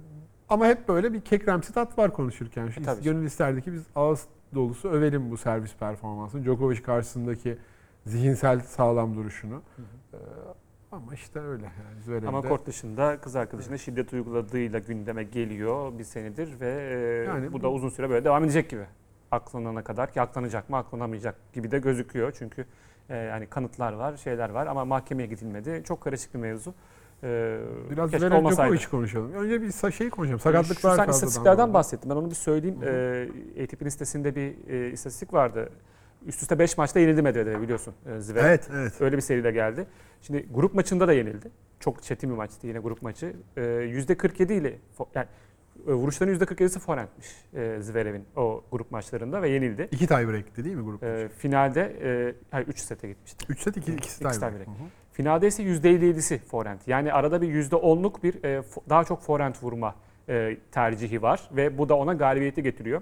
Ama hep böyle bir kekremsi tat var konuşurken. Şu e, gönül isterdi ki biz ağız dolusu övelim bu servis performansını. Djokovic karşısındaki zihinsel sağlam duruşunu. Hı hı. Ee, ama işte öyle. Yani Zverev'de... Ama kort dışında kız arkadaşına evet. şiddet uyguladığıyla gündeme geliyor bir senedir ve yani bu, bu da uzun süre böyle devam edecek gibi. Aklanana kadar ki aklanacak mı aklanamayacak gibi de gözüküyor. Çünkü e, yani kanıtlar var, şeyler var ama mahkemeye gidilmedi. Çok karışık bir mevzu. Ee, Biraz Zverev Djokovic konuşalım. Önce bir şey konuşalım. Sakatlıklar fazladan. Sen istatistiklerden bahsettin. Ben onu bir söyleyeyim. Ee, A T P'nin sitesinde bir e, istatistik vardı. Üst üste beş maçta yenildi Medvedev biliyorsun Zverev. Evet, evet. Öyle bir seriyle geldi. Şimdi grup maçında da yenildi. Çok çetin bir maçtı yine grup maçı. Ee, yüzde kırk yedi ile yani vuruşların yüzde kırk yedisi forehandmiş e, Zverev'in o grup maçlarında ve yenildi. İki tiebreak'ti değil mi grup maçı? Ee, finalde e, hayır üç sete gitmişti. üç set iki ikisi tiebreak. tiebreak. Finalde ise yüzde elli yedisi forehand. Yani arada bir yüzde onluk bir e, daha çok forehand vurma e, tercihi var ve bu da ona galibiyeti getiriyor.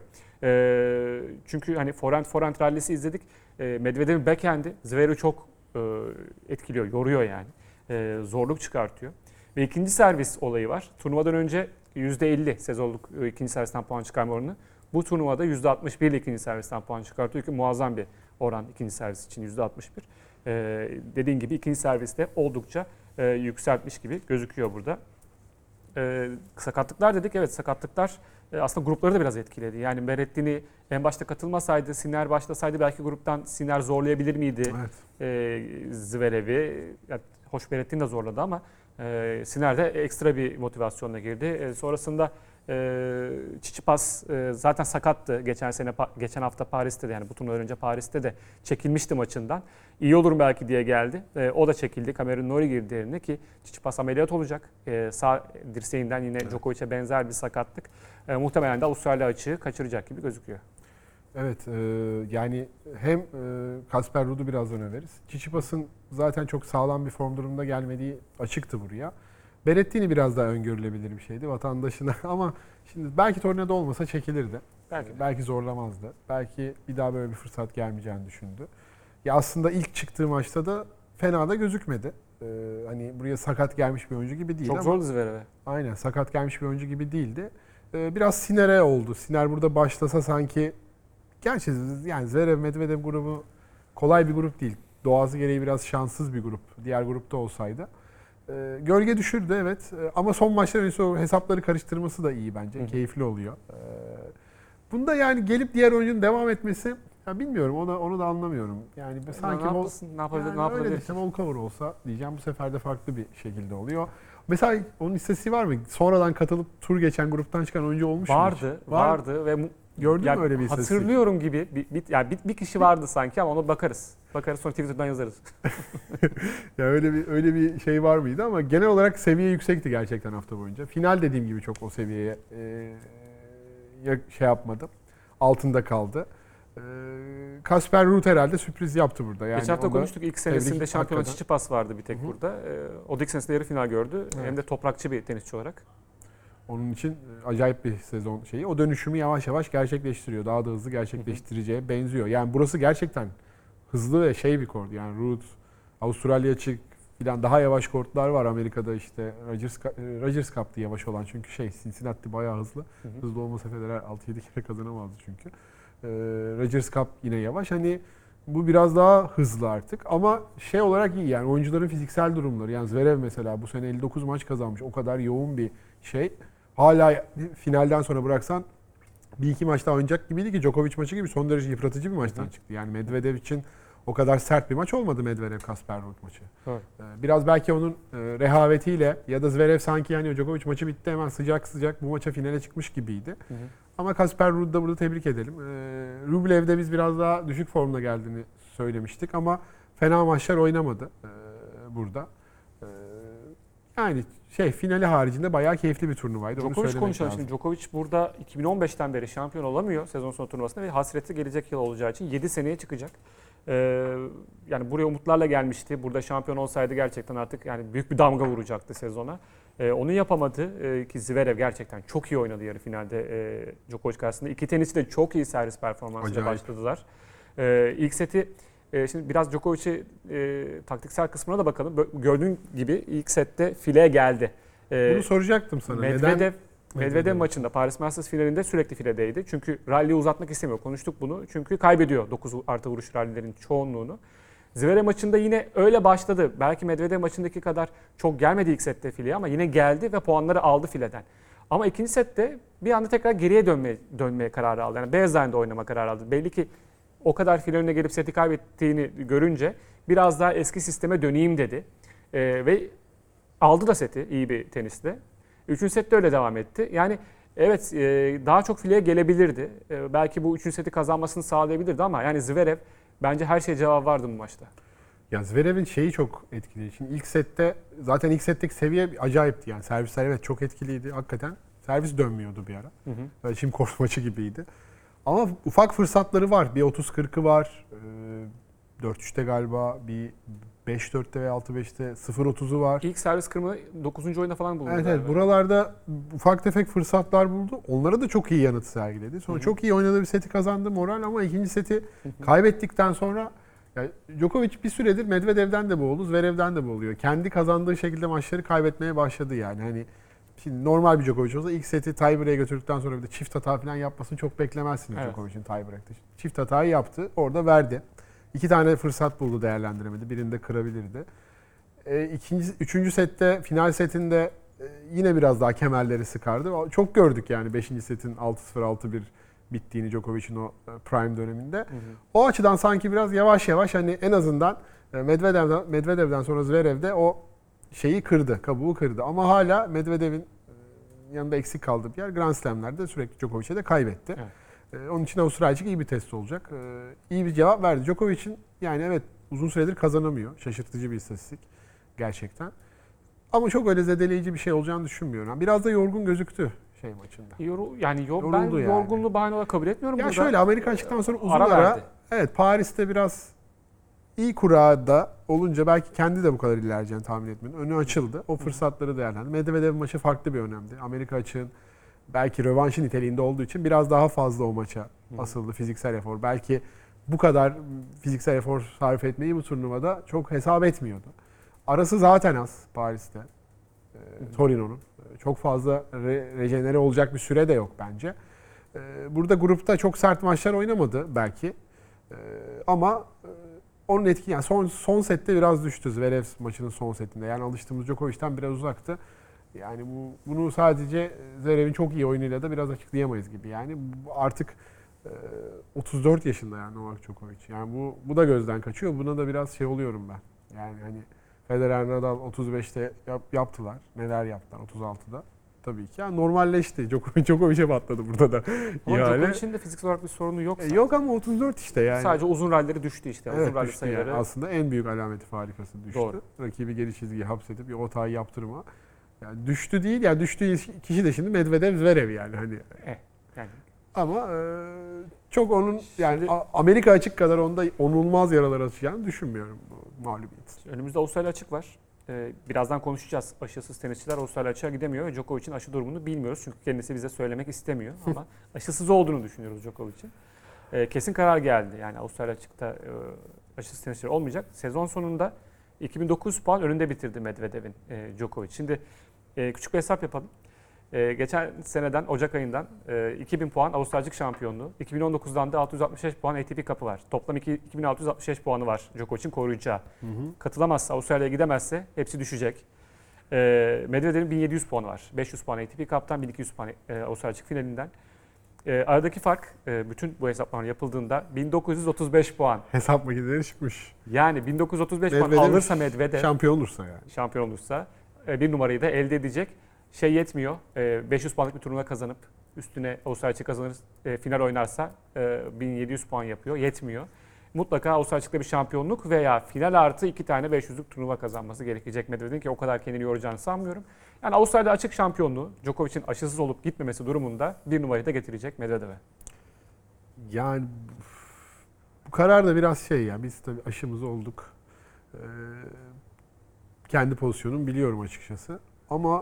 E, çünkü hani forehand forehand rallisi izledik. E, Medvedev'in backhand'i Zverev'i çok e, etkiliyor, yoruyor yani. E, zorluk çıkartıyor. Ve ikinci servis olayı var. Turnuvadan önce yüzde elli sezonluk e, ikinci servisten puan çıkarma oranı. Bu turnuvada yüzde altmış bir ile ikinci servisten puan çıkartıyor ki muazzam bir oran ikinci servis için yüzde altmış bir. Ee, dediğin gibi ikinci serviste oldukça e, yükseltmiş gibi gözüküyor burada. Ee, sakatlıklar dedik. Evet sakatlıklar e, aslında grupları da biraz etkiledi. Yani Berrettini en başta katılmasaydı, Sinner başlasaydı belki gruptan Sinner zorlayabilir miydi evet. e, Zverev'i? Yani, hoş Berrettini de zorladı ama e, Sinner de ekstra bir motivasyonla girdi. E, sonrasında e, Tsitsipas e, zaten sakattı geçen sene geçen hafta Paris'te de yani bu turnuvadan önce Paris'te de çekilmişti maçından. İyi olur belki diye geldi. E, o da çekildi. Cameron Norrie girdi yerine ki Tsitsipas ameliyat olacak. E, sağ dirseğinden yine evet. Djokovic'e benzer bir sakatlık. E, muhtemelen de Avustralya açığı kaçıracak gibi gözüküyor. Evet, e, yani hem e, Casper Ruud'u birazdan överiz. Tsitsipas'ın zaten çok sağlam bir form durumunda gelmediği açıktı buraya. Berrettini biraz daha öngörülebilir bir şeydi vatandaşına ama şimdi belki tornado olmasa çekilirdi. Belki. Belki zorlamazdı. Belki bir daha böyle bir fırsat gelmeyeceğini düşündü. Ya aslında ilk çıktığı maçta da fena da gözükmedi. Ee, hani buraya sakat gelmiş bir oyuncu gibi değil Çok ama. zordu Zverev'e. Aynen, sakat gelmiş bir oyuncu gibi değildi. Ee, biraz Sinner'e oldu. Sinner burada başlasa sanki, gerçi yani Zverev Medvedev grubu kolay bir grup değil. Doğası gereği biraz şanssız bir grup. Diğer grupta olsaydı. Ee, gölge düşürdü evet. Ee, ama son maçlar öncesi o hesapları karıştırması da iyi bence. Hı hı. Keyifli oluyor. Ee, bunda yani gelip diğer oyuncunun devam etmesi, ya bilmiyorum, onu, onu da anlamıyorum. Yani sanki ne Vol- yapasın, ne yapabilir, yani ne yapabilir? öyle desem Volcover olsa diyeceğim, bu sefer de farklı bir şekilde oluyor. Mesela onun istatistiği var mı? Sonradan katılıp tur geçen gruptan çıkan oyuncu olmuş mu? Vardı, hiç? Var. vardı ve mu- Gördün ya mü öyle bir istatistik? hatırlıyorum gibi bir, bir, yani bir, bir kişi vardı sanki ama ona bakarız. Bakarız sonra Twitter'dan yazarız. Ya öyle bir öyle bir şey var mıydı ama genel olarak seviye yüksekti gerçekten hafta boyunca. Final dediğim gibi çok o seviyeye e, ya- şey yapmadı. Altında kaldı. Kasper Ruud herhalde sürpriz yaptı burada. Yani Geçen hafta onu da konuştuk, ilk senesinde tebrik- şampiyon hakikaten. Tsitsipas vardı bir tek Hı hı. burada. Ee, o da ilk senesinde yarı final gördü. Evet. Hem de toprakçı bir tenisçi olarak. Onun için e, acayip bir sezon şeyi. O dönüşümü yavaş yavaş gerçekleştiriyor. Daha da hızlı gerçekleştireceğe benziyor. Yani burası gerçekten hızlı ve şey bir kort. Yani Ruud, Avustralya açık filan, daha yavaş kortlar var Amerika'da, işte Rogers, Cup- Rogers Cup'tı yavaş olan çünkü şey Cincinnati bayağı hızlı. Hı hı. Hızlı olmasa Federer altı yedi kere kazanamazdı çünkü. Ee, Rogers Cup yine yavaş. Hani bu biraz daha hızlı artık ama şey olarak iyi, yani oyuncuların fiziksel durumları. Yani Zverev mesela bu sene elli dokuz maç kazanmış. O kadar yoğun bir şey. Hala finalden sonra bıraksan bir iki maç daha oynayacak gibiydi ki Djokovic maçı gibi son derece yıpratıcı bir maçtan çıktı. Yani Medvedev için o kadar sert bir maç olmadı Medvedev-Kasper Ruud maçı. Evet. Ee, Biraz belki onun e, rehavetiyle ya da Zverev sanki yani Djokovic maçı bitti hemen sıcak sıcak bu maça finale çıkmış gibiydi. Hı hı. Ama Kasper Ruud'u da burada tebrik edelim. Ee, Rublev'de biz biraz daha düşük formda geldiğini söylemiştik ama fena maçlar oynamadı e, burada. E, yani şey finali haricinde bayağı keyifli bir turnuvaydı. Onu Djokovic söylemek konuşalım. lazım. Şimdi Djokovic burada iki bin on beşten beri şampiyon olamıyor sezon sonu turnuvasında ve hasreti gelecek yıl olacağı için yedi seneye çıkacak. Ee, yani buraya umutlarla gelmişti. Burada şampiyon olsaydı gerçekten artık yani büyük bir damga vuracaktı sezona. Ee, onu yapamadı ee, ki Zverev gerçekten çok iyi oynadı yarı finalde e, Djokovic karşısında. İki tenisçi de çok iyi servis performansıyla Acayip. başladılar. Ee, ilk seti e, şimdi biraz Djokovic'i e, taktiksel kısmına da bakalım. Bö- Gördüğün gibi ilk sette fileye geldi. Ee, Bunu soracaktım sana. Medvedev, Neden? Medvedev maçında Paris Masters finalinde sürekli filedeydi. Çünkü rally'yi uzatmak istemiyor. Konuştuk bunu. Çünkü kaybediyor dokuz artı vuruş rallilerin çoğunluğunu. Zverev maçında yine öyle başladı. Belki Medvedev maçındaki kadar çok gelmedi ilk sette fileye ama yine geldi ve puanları aldı fileden. Ama ikinci sette bir anda tekrar geriye dönmeye, dönmeye kararı aldı. Yani beyaz line'da oynama kararı aldı. Belli ki o kadar file önüne gelip seti kaybettiğini görünce biraz daha eski sisteme döneyim dedi. Ee, ve aldı da seti iyi bir tenisle. Üçüncü sette öyle devam etti. Yani evet e, daha çok fileye gelebilirdi. E, belki bu üçüncü seti kazanmasını sağlayabilirdi ama yani Zverev bence her şeye cevap vardı bu maçta. Ya Zverev'in şeyi çok etkili. Şimdi ilk sette zaten ilk setteki seviye acayipti yani. Servisler evet çok etkiliydi hakikaten. Servis dönmüyordu bir ara. Hı hı. Böyle Çim kort maçı gibiydi. Ama ufak fırsatları var. Bir otuz kırkı var. Ee, dört üçte galiba. Bir beş dörtte ve altı beşte sıfır otuzu var. İlk servis kırımı dokuzuncu oyunda falan bulundu. Evet, evet, galiba. buralarda ufak tefek fırsatlar buldu. Onlara da çok iyi yanıt sergiledi. Sonra Hı hı. çok iyi oynadığı bir seti kazandı moral ama ikinci seti kaybettikten sonra ya Djokovic bir süredir Medvedev'den de bu oldu, Zverev'den de bu oluyor. Kendi kazandığı şekilde maçları kaybetmeye başladı yani. Hani şimdi normal bir Djokovic olsa ilk seti tiebreak'e götürdükten sonra bir de çift hata falan yapmasını çok beklemezsiniz Evet. Djokovic'in tiebreak'te. Çift hatayı yaptı, orada verdi. İki tane fırsat buldu, değerlendiremedi. Birini de kırabilirdi. E, ikinci, üçüncü sette, final setinde e, yine biraz daha kemerleri sıkardı. Çok gördük yani beşinci setin altı sıfır altı bir bittiğini Djokovic'in o e, prime döneminde. Hı hı. O açıdan sanki biraz yavaş yavaş hani en azından e, Medvedev'den, Medvedev'den sonra Zverev'de o şeyi kırdı, kabuğu kırdı. Ama hala Medvedev'in e, yanında eksik kaldığı bir yer Grand Slam'lerde sürekli Djokovic'e de kaybetti. Evet. E, onun için Avustralyacık iyi bir test olacak. E, iyi bir cevap verdi. Djokovic'in yani evet uzun süredir kazanamıyor. Şaşırtıcı bir istatistik gerçekten. Ama çok öyle zedeleyici bir şey olacağını düşünmüyorum. Biraz da yorgun gözüktü. şey maçında. Yoru, yani yo, ben Yoruldu yani. yorgunluğu bahane olarak kabul etmiyorum. Ya Burada şöyle Amerika açtıktan sonra uzun ara ara, verdi. evet Paris'te biraz iyi kurada olunca belki kendi de bu kadar ilerleyeceğini tahmin etmedim. Önü açıldı. O fırsatları değerlendirdi. Medvedev maçı farklı bir önemdi. Amerika açığın belki rövanşı niteliğinde olduğu için biraz daha fazla o maça asıldı fiziksel efor. Belki bu kadar fiziksel efor sarf etmeyi bu turnuvada çok hesap etmiyordu. Arası zaten az Paris'te. E, Torino'nun. Çok fazla re- rejenere olacak bir süre de yok bence. E, burada grupta çok sert maçlar oynamadı belki. E, ama e, onun etki yani son son sette biraz düştü Zverev maçının son setinde. Yani alıştığımız Djokovic'ten biraz uzaktı. Yani bu bunu sadece Zverev'in çok iyi oyunuyla da biraz açıklayamayız gibi. Yani bu artık e, otuz dört yaşında yani Novak Djokovic. Yani bu bu da gözden kaçıyor. Buna da biraz şey oluyorum ben. Yani hani Federer, Nadal otuz beşte yap, yaptılar. Neler yaptılar otuz altıda. Tabii ki. Yani normalleşti. Djokovic Djokovic'e patladı burada da. Ama ihale. Djokovic'in de fiziksel olarak bir sorunu yok. E, yok ama otuz dört işte yani. Sadece uzun ralleri düştü işte. Evet, uzun rally düştü sayıları. yani. Aslında en büyük alameti farikası düştü. Doğru. Rakibi geri çizgiye hapsedip bir hatayı yaptırma. Yani düştü değil ya yani düştüğü kişi de şimdi Medvedev Zverev yani hani. Eh, yani. Ama e, çok onun yani Şimdi- A- Amerika açık kadar onda onulmaz yaralar açacağını düşünmüyorum bu mağlubiyet. Önümüzde Avustralya açık var. Ee, birazdan konuşacağız. Aşısız tenisçiler Avustralya açığa gidemiyor ve Djokovic'in aşı durumunu bilmiyoruz. Çünkü kendisi bize söylemek istemiyor. Ama aşısız olduğunu düşünüyoruz Djokovic'in. Ee, kesin karar geldi. Yani Avustralya açıkta e, aşısız tenisçiler olmayacak. Sezon sonunda iki bin dokuz yüz puan önünde bitirdi Medvedev'in e, Djokovic. Şimdi e, küçük bir hesap yapalım. E, geçen seneden Ocak ayından e, iki bin puan Avustralya şampiyonluğu. iki bin on dokuzdan da altı yüz altmış beş puan A T P Cup'ı var. Toplam iki bin altı yüz altmış beş puanı var Djokovic'in koruyacağı. Hı hı. Katılamazsa, Avustralya'ya gidemezse hepsi düşecek. E, Medvedev'in bin yedi yüz puanı var. beş yüz puan A T P Cup'tan, bin iki yüz puan e, Avustralya açık finalinden. E, aradaki fark e, bütün bu hesaplamalar yapıldığında bin dokuz yüz otuz beş puan. Hesap makineleri çıkmış. Yani bin dokuz yüz otuz beş puan Medvedev alırsa Medvedev Şampiyon olursa yani. şampiyon olursa e, bir numarayı da elde edecek. Şey yetmiyor. e, beş yüz puanlık bir turnuva kazanıp üstüne Avustralya açık kazanır, e, final oynarsa e, bin yedi yüz puan yapıyor. Yetmiyor. Mutlaka Avustralya açıkta bir şampiyonluk veya final artı iki tane beş yüzlük turnuva kazanması gerekecek Medvedev'in ki o kadar kendini yoracağını sanmıyorum. Yani Avustralya açık şampiyonluğu Djokovic'in aşısız olup gitmemesi durumunda bir numarayı da getirecek Medvedev'e. Yani bu karar da biraz şey ya biz tabii aşımız olduk. Ee, kendi pozisyonumu biliyorum açıkçası. Ama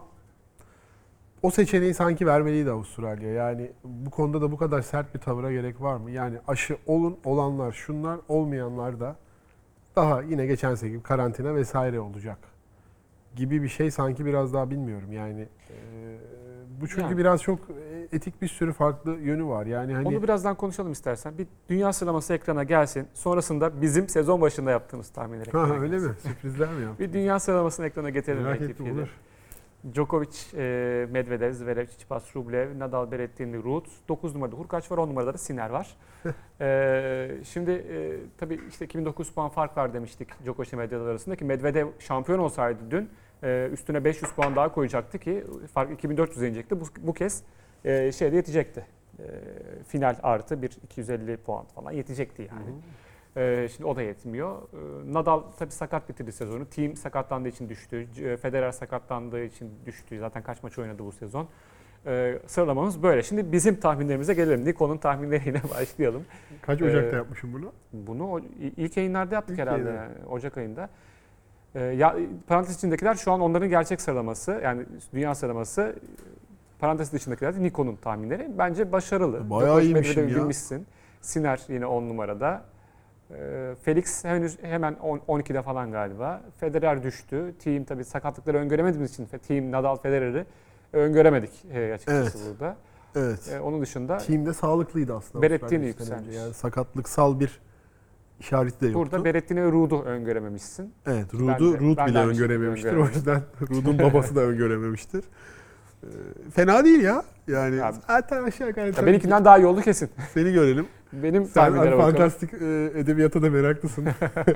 o seçeneği sanki vermeliydi Avustralya. Yani bu konuda da bu kadar sert bir tavıra gerek var mı? Yani aşı olun olanlar şunlar olmayanlar da daha yine geçen sene gibi karantina vesaire olacak gibi bir şey sanki biraz daha bilmiyorum. Yani e, bu çünkü Yani. biraz çok etik bir sürü farklı yönü var. Yani hani Onu birazdan konuşalım istersen. Bir dünya sıralaması ekrana gelsin. Sonrasında bizim sezon başında yaptığımız tahminleri ekrana ha, öyle gelsin. mi? Sürprizler mi yaptın? Bir dünya sıralamasını ekrana getirelim. Merak A T ettim P'de. olur. Djokovic, e, Medvedev, Zverev, Tsitsipas, Rublev, Nadal, Berrettini, Ruud. dokuz numarada Hurkacz var, on numarada da Sinner var. e, şimdi e, tabii işte iki bin dokuz puan fark var demiştik Djokovic ile Medvedev arasında ki Medvedev şampiyon olsaydı dün e, üstüne beş yüz puan daha koyacaktı ki fark iki bin dört yüze inecekti. Bu, bu kez e, şeyde yetecekti. E, final artı bir iki yüz elli puan falan yetecekti yani. Hı hı. Ee, şimdi o da yetmiyor. Ee, Nadal tabii sakat bitirdi sezonu. Team sakatlandığı için düştü. C- Federer sakatlandığı için düştü. Zaten kaç maç oynadı bu sezon. Ee, sıralamamız böyle. Şimdi bizim tahminlerimize gelelim. Niko'nun tahminleriyle başlayalım. Kaç Ocak'ta Ee, yapmışım bunu? Bunu o- ilk yayınlarda yaptık İlk herhalde yayında. yani, Ocak ayında. Ee, ya, parantez içindekiler şu an onların gerçek sıralaması. Yani dünya sıralaması. Parantez dışındakiler de Niko'nun tahminleri. Bence başarılı. Bayağı Djokovic, iyiymişim Medvedev'i ya. bilmişsin. Sinner yine on numarada. Ee, Felix henüz hemen on ikide falan galiba. Federer düştü. Team tabii sakatlıkları öngöremediğimiz için Team Nadal Federer'i öngöremedik e, açıkçası Evet. burada. Evet. Ee, onun dışında Team'de sağlıklıydı aslında. Berrettini Avustralya üç sene önce. yükselmiş. Yani sakatlıksal bir işareti de yoktu. burada Berrettini ve Ruud'u öngörememişsin. Evet, Ben Ruud'u de- Ruud ben de bile aynı şekilde öngörememiştir. O öngöremedim. yüzden Ruud'un babası da öngörememiştir. Ee, Fena değil ya. Yani Ya- zaten aşağı yukarı Ya tabii benimkinden daha iyi oldu kesin. ki seni görelim. Benim Sen tahminlere hani bakalım. fantastik e, edebiyata da meraklısın.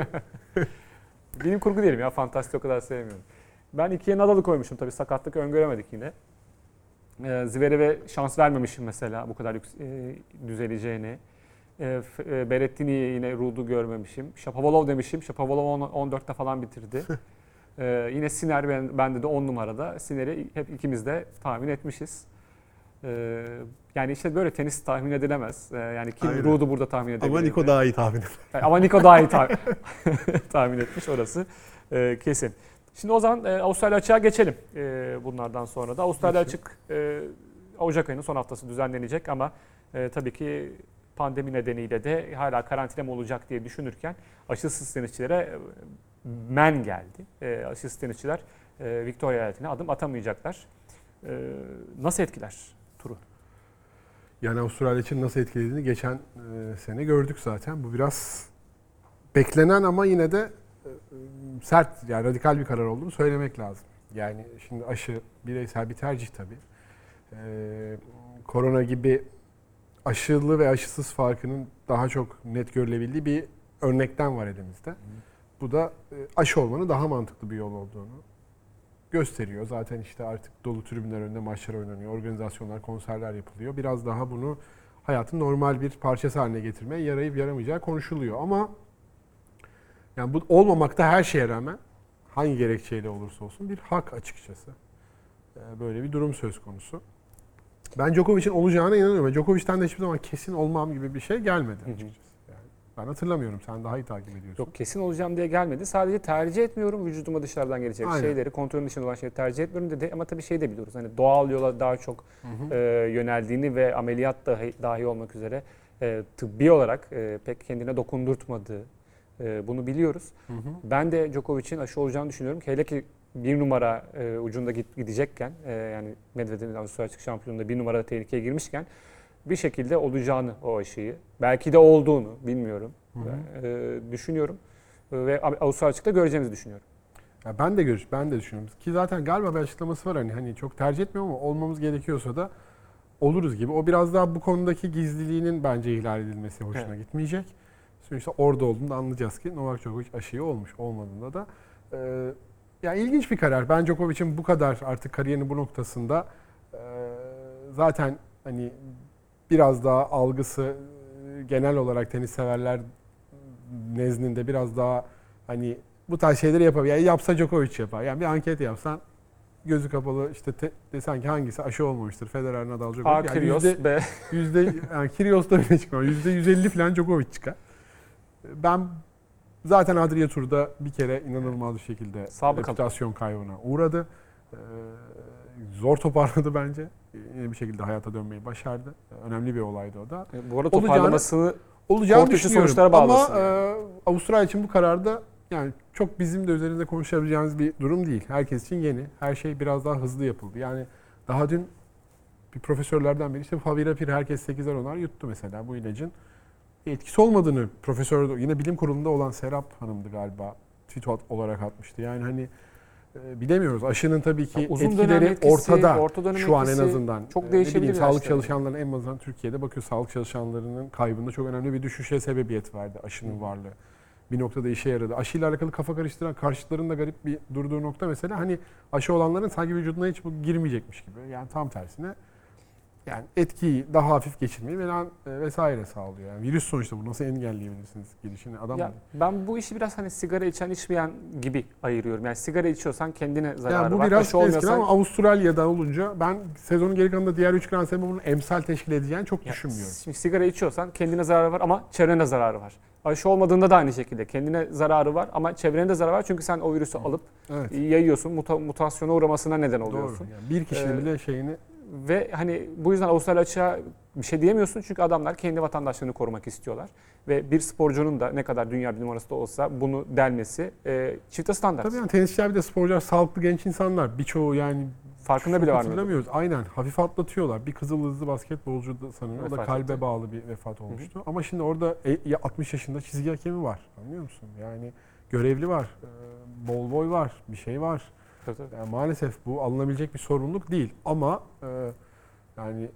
Benim kurgu değilim ya. Fantastik o kadar sevmiyorum. Ben ikiye Nadal'ı koymuşum tabii. Sakatlık öngöremedik yine. Ee, Zverev'e şans vermemişim mesela bu kadar yük- e, düzeleceğini. E, F- e, Berrettini'yi yine Ruud'u görmemişim. Shapovalov demişim. Shapovalov on- on dörtte falan bitirdi. Ee, yine Sinner ben, bende de on numarada. Sinner'i hep ikimiz de tahmin etmişiz. Ee, yani işte böyle tenis tahmin edilemez. Ee, yani kim Aynen. Ruud'u burada tahmin edebilir. Ama Niko daha iyi tahmin eder. Yani ama Niko daha iyi ta- tahmin etmiş orası e, kesin. Şimdi o zaman e, Avustralya açığa geçelim e, bunlardan sonra da. Avustralya açık e, Ocak ayının son haftası düzenlenecek ama e, tabii ki pandemi nedeniyle de hala karantina mı olacak diye düşünürken aşısız tenisçilere e, men geldi. E, aşısız tenisçiler e, Victoria eyaletine adım atamayacaklar. E, nasıl etkiler turu? Yani Avustralya için nasıl etkilediğini geçen e, sene gördük zaten. Bu biraz beklenen ama yine de e, sert, yani radikal bir karar olduğunu söylemek lazım. Yani şimdi aşı bireysel bir tercih tabii. E, korona gibi aşılı ve aşısız farkının daha çok net görülebildiği bir örnekten var elimizde. Hı. Bu da e, aşı olmanın daha mantıklı bir yol olduğunu gösteriyor. Zaten işte artık dolu tribünler önünde maçlar oynanıyor, organizasyonlar, konserler yapılıyor. Biraz daha bunu hayatın normal bir parçası haline getirmeye yarayıp yaramayacağı konuşuluyor. Ama yani bu olmamakta her şeye rağmen hangi gerekçeyle olursa olsun bir hak açıkçası. Böyle bir durum söz konusu. Ben Djokovic'in olacağına inanıyorum. Djokovic'ten de hiçbir zaman kesin olmam gibi bir şey gelmedi açıkçası. Ben hatırlamıyorum. Sen daha iyi takip ediyorsun. Yok, kesin olacağım diye gelmedi. Sadece tercih etmiyorum. Vücuduma dışarıdan gelecek Aynen. şeyleri, kontrolün dışında olan şeyleri tercih etmiyorum dedi. Ama tabii şey de biliyoruz. Hani doğal yola daha çok Hı hı. e, yöneldiğini ve ameliyat dahi, dahi olmak üzere e, tıbbi olarak e, pek kendine dokundurtmadığı e, bunu biliyoruz. Hı hı. Ben de Djokovic'in aşı olacağını düşünüyorum. Hele ki bir numara e, ucunda git, gidecekken e, yani Medvedev'in Avustralya açık şampiyonluğunda bir numara tehlikeye girmişken bir şekilde olacağını o aşıyı, belki de olduğunu bilmiyorum. Hı hı. E, düşünüyorum ve Avustralya açıkta göreceğimizi düşünüyorum. Ya ben de görüş, ben de düşünüyorum ki zaten galiba bir açıklaması var, hani hani çok tercih etmiyorum ama olmamız gerekiyorsa da oluruz gibi. O biraz daha bu konudaki gizliliğinin bence ihlal edilmesi hoşuna Evet. gitmeyecek. Sonuçta orada olduğunda anlayacağız ki Novak Djokovic aşıyı olmuş, olmadığında da e, yani ilginç bir karar. Ben Djokovic'in bu kadar artık kariyerinin bu noktasında e, zaten hani biraz daha algısı e, genel olarak tenis severler nezdinde biraz daha hani bu tarz şeyleri yapabilir. Yani yapsa Djokovic yapar. Yani bir anket yapsan gözü kapalı işte te, desen ki hangisi aşı olmamıştır? Federer, Nadal, Djokovic. A, Kyrgios, yüzde, B. yüzde yani Kyrgios'ta bile çıkmıyor. yüzde yüz elli falan Djokovic çıkar. Ben zaten Adria Tur'da bir kere inanılmaz bir şekilde Sabıkalı. reputasyon kaybına uğradı. Ee, zor toparladı bence. Yine bir şekilde hayata dönmeyi başardı. Önemli bir olaydı o da. Bu arada toparlamasını olacağını kort dışı düşünüyorum. sonuçlara bağlasın. Ama yani. e, Avustralya için bu kararda yani çok bizim de üzerinde konuşabileceğimiz bir durum değil. Herkes için yeni. Her şey biraz daha hızlı yapıldı. Yani daha dün bir profesörlerden biri işte Favipiravir herkes sekizer onar yuttu mesela bu ilacın. Etkisi olmadığını profesör yine bilim kurulunda olan Serap Hanım'dı galiba tweet olarak atmıştı. Yani hani e, bilemiyoruz. Aşının tabii ki Ya uzun dönem etkileri etkisi, ortada orta dönem şu an en etkisi azından. çok E, ne değişebilir bileyim, sağlık ilaçların. çalışanlarının en azından Türkiye'de bakıyor sağlık çalışanlarının kaybında çok önemli bir düşüşe sebebiyet verdi aşının varlığı. Bir noktada işe yaradı. Aşıyla alakalı kafa karıştıran karşıtların da garip bir durduğu nokta mesela hani aşı olanların sanki vücuduna hiç bu girmeyecekmiş gibi. Yani tam tersine yani etkiyi daha hafif geçirmeyi falan e, vesaire sağlıyor. Yani virüs sonuçta bu nasıl engelleyebilirsiniz girişini adam Ya, ben bu işi biraz hani sigara içen içmeyen gibi ayırıyorum. Yani sigara içiyorsan kendine zararı yani bu var. biraz Aşı eski olmuyorsan ama Avustralya'da olunca ben sezonun geri kalanında diğer üç Grand Slam'ı bunun emsal teşkil edeceğini çok Ya, düşünmüyorum. Şimdi sigara içiyorsan kendine zararı var ama çevrene zararı var. Aşı olmadığında da aynı şekilde kendine zararı var ama çevrene de zararı var çünkü sen o virüsü alıp Evet. yayıyorsun, muta, mutasyona uğramasına neden Doğru. oluyorsun. Yani bir kişinin Ee, bile şeyini Ve hani bu yüzden Avustralya açığa bir şey diyemiyorsun çünkü adamlar kendi vatandaşlarını korumak istiyorlar. Ve bir sporcunun da ne kadar dünya bir numarası da olsa bunu delmesi e, çifte standart. tabii yani tenisçiler bir de sporcular sağlıklı genç insanlar. Birçoğu yani Farkında çok bile var mı? hatırlamıyoruz. Aynen hafif atlatıyorlar. Bir kızıl basketbolcu da sanıyorum. O da Vefat kalbe etti. bağlı bir vefat olmuştu. Ama şimdi orada e- ya altmış yaşında çizgi hakemi var. Anlıyor musun? Yani görevli var. e, Bol boy var. Bir şey var. Tabii, tabii. Yani maalesef bu alınabilecek bir sorumluluk değil. Ama e, yani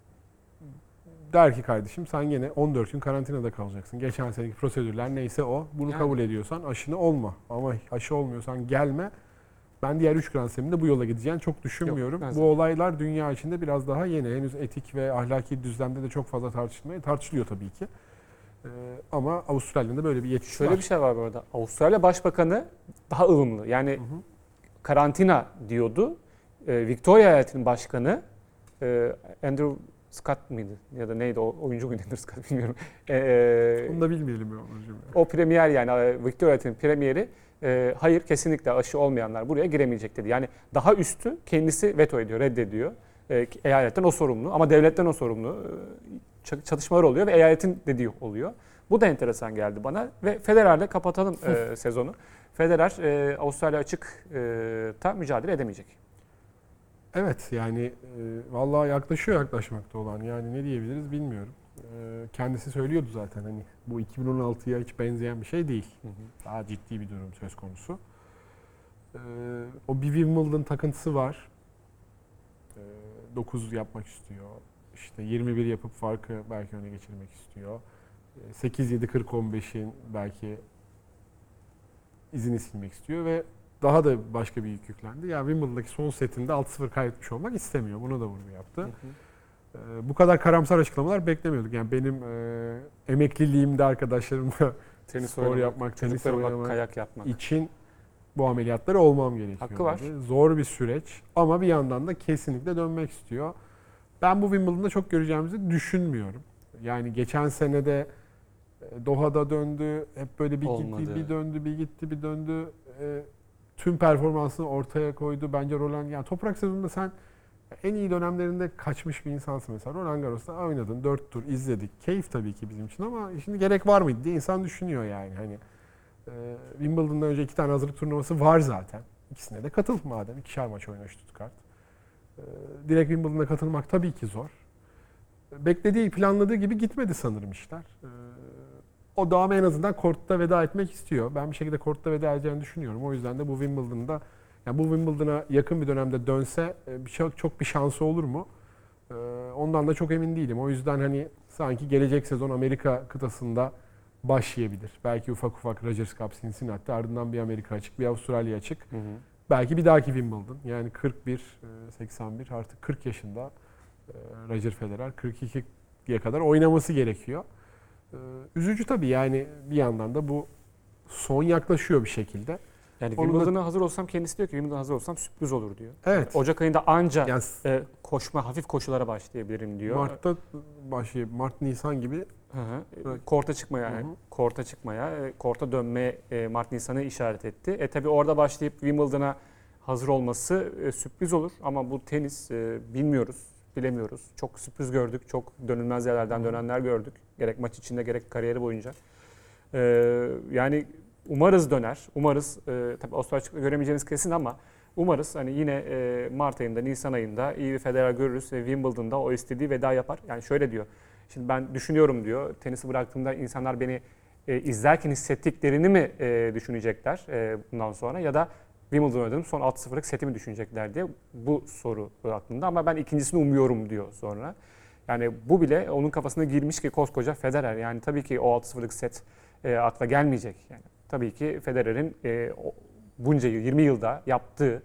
der ki kardeşim sen yine on dört gün karantinada kalacaksın. Geçen seneki prosedürler neyse o. Bunu Yani. kabul ediyorsan aşını olma. Ama aşı olmuyorsan gelme. Ben diğer üç Grand Slam'in de bu yola gideceğini çok düşünmüyorum. Yok, bu olaylar dünya içinde biraz daha yeni. Henüz etik ve ahlaki düzlemde de çok fazla tartışılmaya tartışılıyor tabii ki. Ee, ama Avustralya'nın da böyle bir yetkisi Şöyle var. bir şey var bu arada. Avustralya Başbakanı daha ılımlı. Yani Hı hı. karantina diyordu. Ee, Victoria eyaletinin başkanı e, e, Andrew Scott mıydı ya da neydi o oyuncu muydu Andrew Scott bilmiyorum. E, Onu da bilmeyelim ya hocam. o premier yani e, Victoria'nın premieri e, hayır kesinlikle aşı olmayanlar buraya giremeyecek dedi. Yani daha üstü kendisi veto ediyor, reddediyor. E, eyaletten o sorumlu ama devletten o sorumlu. E, çatışmalar oluyor ve eyaletin dediği oluyor. Bu da enteresan geldi bana ve Federer'le kapatalım e, sezonu. Federer e, Avustralya Açık'ta mücadele edemeyecek. Evet yani e, vallahi yaklaşıyor yaklaşmakta olan. Yani ne diyebiliriz bilmiyorum. E, kendisi söylüyordu zaten hani bu iki bin on altıya hiç benzeyen bir şey değil. Hı hı. Daha ciddi bir durum söz konusu. E, o bir Wimbledon takıntısı var. E, dokuz yapmak istiyor. İşte yirmi bir yapıp farkı belki öne geçirmek istiyor. E, sekiz yedi kırk on beşin belki izini silmek istiyor ve daha da başka bir yük yüklendi. Yani Wimbledon'daki son setinde altı sıfır kaybetmiş olmak istemiyor. Buna da vurgu yaptı. Hı hı. Ee, bu kadar karamsar açıklamalar beklemiyorduk. Yani benim e, emekliliğimde arkadaşlarımla tenis spor oynamak, yapmak, tenis oynamak, kayak yapmak için bu ameliyatları olmam gerekiyor. Hakkı var. Zor bir süreç ama bir yandan da kesinlikle dönmek istiyor. Ben bu Wimbledon'da çok göreceğimizi düşünmüyorum. Yani geçen sene de Doha'da döndü, hep böyle bir Olmadı. gitti, bir döndü, bir gitti, bir döndü. E, tüm performansını ortaya koydu. Bence Roland, yani toprak sezonunda sen en iyi dönemlerinde kaçmış bir insansın mesela. Roland Garros'ta oynadın, dört tur izledik. Keyif tabii ki bizim için ama şimdi gerek var mıydı diye insan düşünüyor yani. Hani e, Wimbledon'dan önce iki tane hazırlık turnuvası var zaten. İkisine de katıl madem. İkişer maç oynamış Stuttgart. E, direkt Wimbledon'a katılmak tabii ki zor. Beklediği, planladığı gibi gitmedi sanırım işler. E, O da ama en azından kortta veda etmek istiyor. Ben bir şekilde kortta veda edeceğini düşünüyorum. O yüzden de bu Wimbledon'da, yani bu Wimbledon'a yakın bir dönemde dönse çok çok bir şansı olur mu? Ondan da çok emin değilim. O yüzden hani sanki gelecek sezon Amerika kıtasında başlayabilir. Belki ufak ufak Rogers Cup, Cincinnati, ardından bir Amerika açık, bir Avustralya açık. Hı hı. Belki bir dahaki Wimbledon. Yani kırk bir, seksen bir artık kırk yaşında Roger Federer kırk ikiye kadar oynaması gerekiyor. Üzücü tabii yani bir yandan da bu son yaklaşıyor bir şekilde. Yani Wimbledon'a hazır olsam kendisi diyor ki Wimbledon'a hazır olsam sürpriz olur diyor. Evet. Ocak ayında anca yani, e, koşma, hafif koşulara başlayabilirim diyor. Mart'ta başlayıp Mart Nisan gibi hı hı. Evet. Korta çıkmaya, hı hı. korta çıkmaya, korta dönmeye e, Mart Nisan'ı işaret etti. E tabii orada başlayıp Wimbledon'a hazır olması e, sürpriz olur ama bu tenis e, bilmiyoruz, bilemiyoruz. Çok sürpriz gördük, çok dönülmez yerlerden dönenler gördük. Gerek maç içinde gerek kariyeri boyunca. Ee, yani umarız döner. Umarız e, tabii Avustralya Açık'ta göremeyeceğimiz kesin ama umarız hani yine e, Mart ayında, Nisan ayında iyi bir Federer görürüz ve Wimbledon'da o istediği veda yapar. Yani şöyle diyor. Şimdi ben düşünüyorum diyor. Tenisi bıraktığımda insanlar beni e, izlerken hissettiklerini mi e, düşünecekler e, bundan sonra ya da Wimbledon oynadım son altı sıfırlık setimi düşünecekler diye bu soru aklımda ama ben ikincisini umuyorum diyor sonra. Yani bu bile onun kafasına girmiş ki koskoca Federer. Yani tabii ki o altı sıfırlık set e, akla gelmeyecek. Yani tabii ki Federer'in e, bunca yıl, yirmi yılda yaptığı,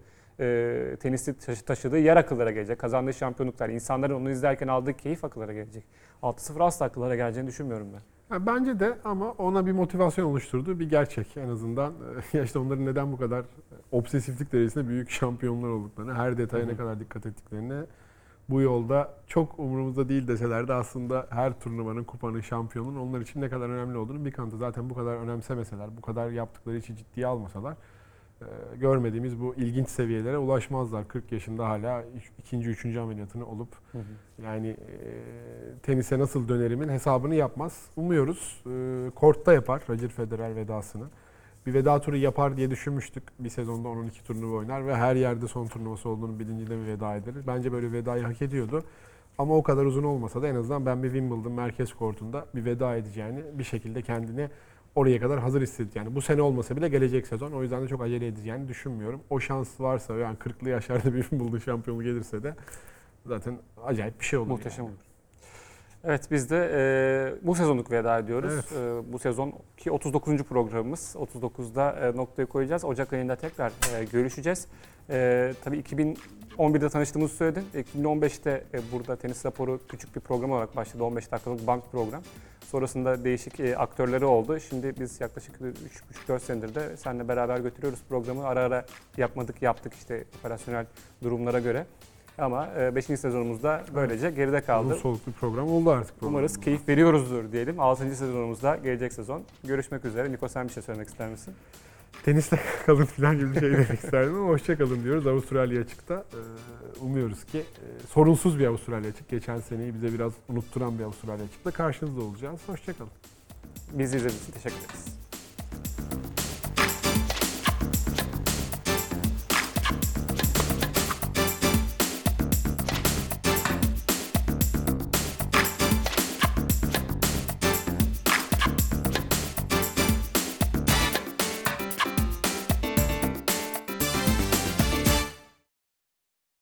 e, tenisi taşıdığı yer akıllara gelecek. Kazandığı şampiyonluklar, insanların onu izlerken aldığı keyif akıllara gelecek. altı sıfır asla akıllara geleceğini düşünmüyorum ben. Yani bence de ama ona bir motivasyon oluşturduğu bir gerçek en azından. Ya işte onların neden bu kadar obsesiflik derecesinde büyük şampiyonlar olduklarını, her detaya ne kadar dikkat ettiklerini bu yolda çok umurumuzda değil deseler de aslında her turnuvanın, kupanın, şampiyonun onlar için ne kadar önemli olduğunu bir kanıtı. Zaten bu kadar önemsemeseler, bu kadar yaptıkları için ciddiye almasalar görmediğimiz bu ilginç seviyelere ulaşmazlar. kırk yaşında hala ikinci, üçüncü ameliyatını olup hı hı. yani e, tenise nasıl dönerimin hesabını yapmaz. Umuyoruz. E, kortta yapar Roger Federer vedasını. Bir veda turu yapar diye düşünmüştük. Bir sezonda on on iki turnuva oynar ve her yerde son turnuvası olduğunu bilinciyle bir veda eder. Bence böyle bir vedayı hak ediyordu. Ama o kadar uzun olmasa da en azından ben bir Wimbledon merkez kortunda bir veda edeceğini, bir şekilde kendini oraya kadar hazır hissedecek. Yani bu sene olmasa bile gelecek sezon. O yüzden de çok acele edeceğini düşünmüyorum. O şans varsa yani kırklı yaşlarda bir Wimbledon şampiyonu gelirse de zaten acayip bir şey olur. Muhteşem yani. olur. Evet biz de e, bu sezonluk veda ediyoruz. Evet. E, bu sezon ki otuz dokuzuncu programımız. otuz dokuzda e, noktayı koyacağız. Ocak ayında tekrar e, görüşeceğiz. E, tabii iki bin on birde tanıştığımızı söyledin. iki bin on beşte e, burada Tenis Raporu küçük bir program olarak başladı. on beş dakikalık bank program. Sonrasında değişik e, aktörleri oldu. Şimdi biz yaklaşık üç buçuk dört senedir de seninle beraber götürüyoruz programı. Ara ara yapmadık yaptık işte operasyonel durumlara göre. Ama beşinci sezonumuzda böylece geride kaldı. Uzun soluklu bir program oldu artık. Umarız keyif veriyoruzdur diyelim. altıncı sezonumuzda gelecek sezon. Görüşmek üzere. Niko, sen bir şey söylemek ister misin? Tenisle kalın falan gibi bir şey demek isterdim ama hoşça kalın diyoruz. Avustralya açıkta umuyoruz ki sorunsuz bir Avustralya açık. Geçen seneyi bize biraz unutturan bir Avustralya açıkta karşınızda olacağız. Hoşça kalın. Bizi izlediğiniz için teşekkür ederiz.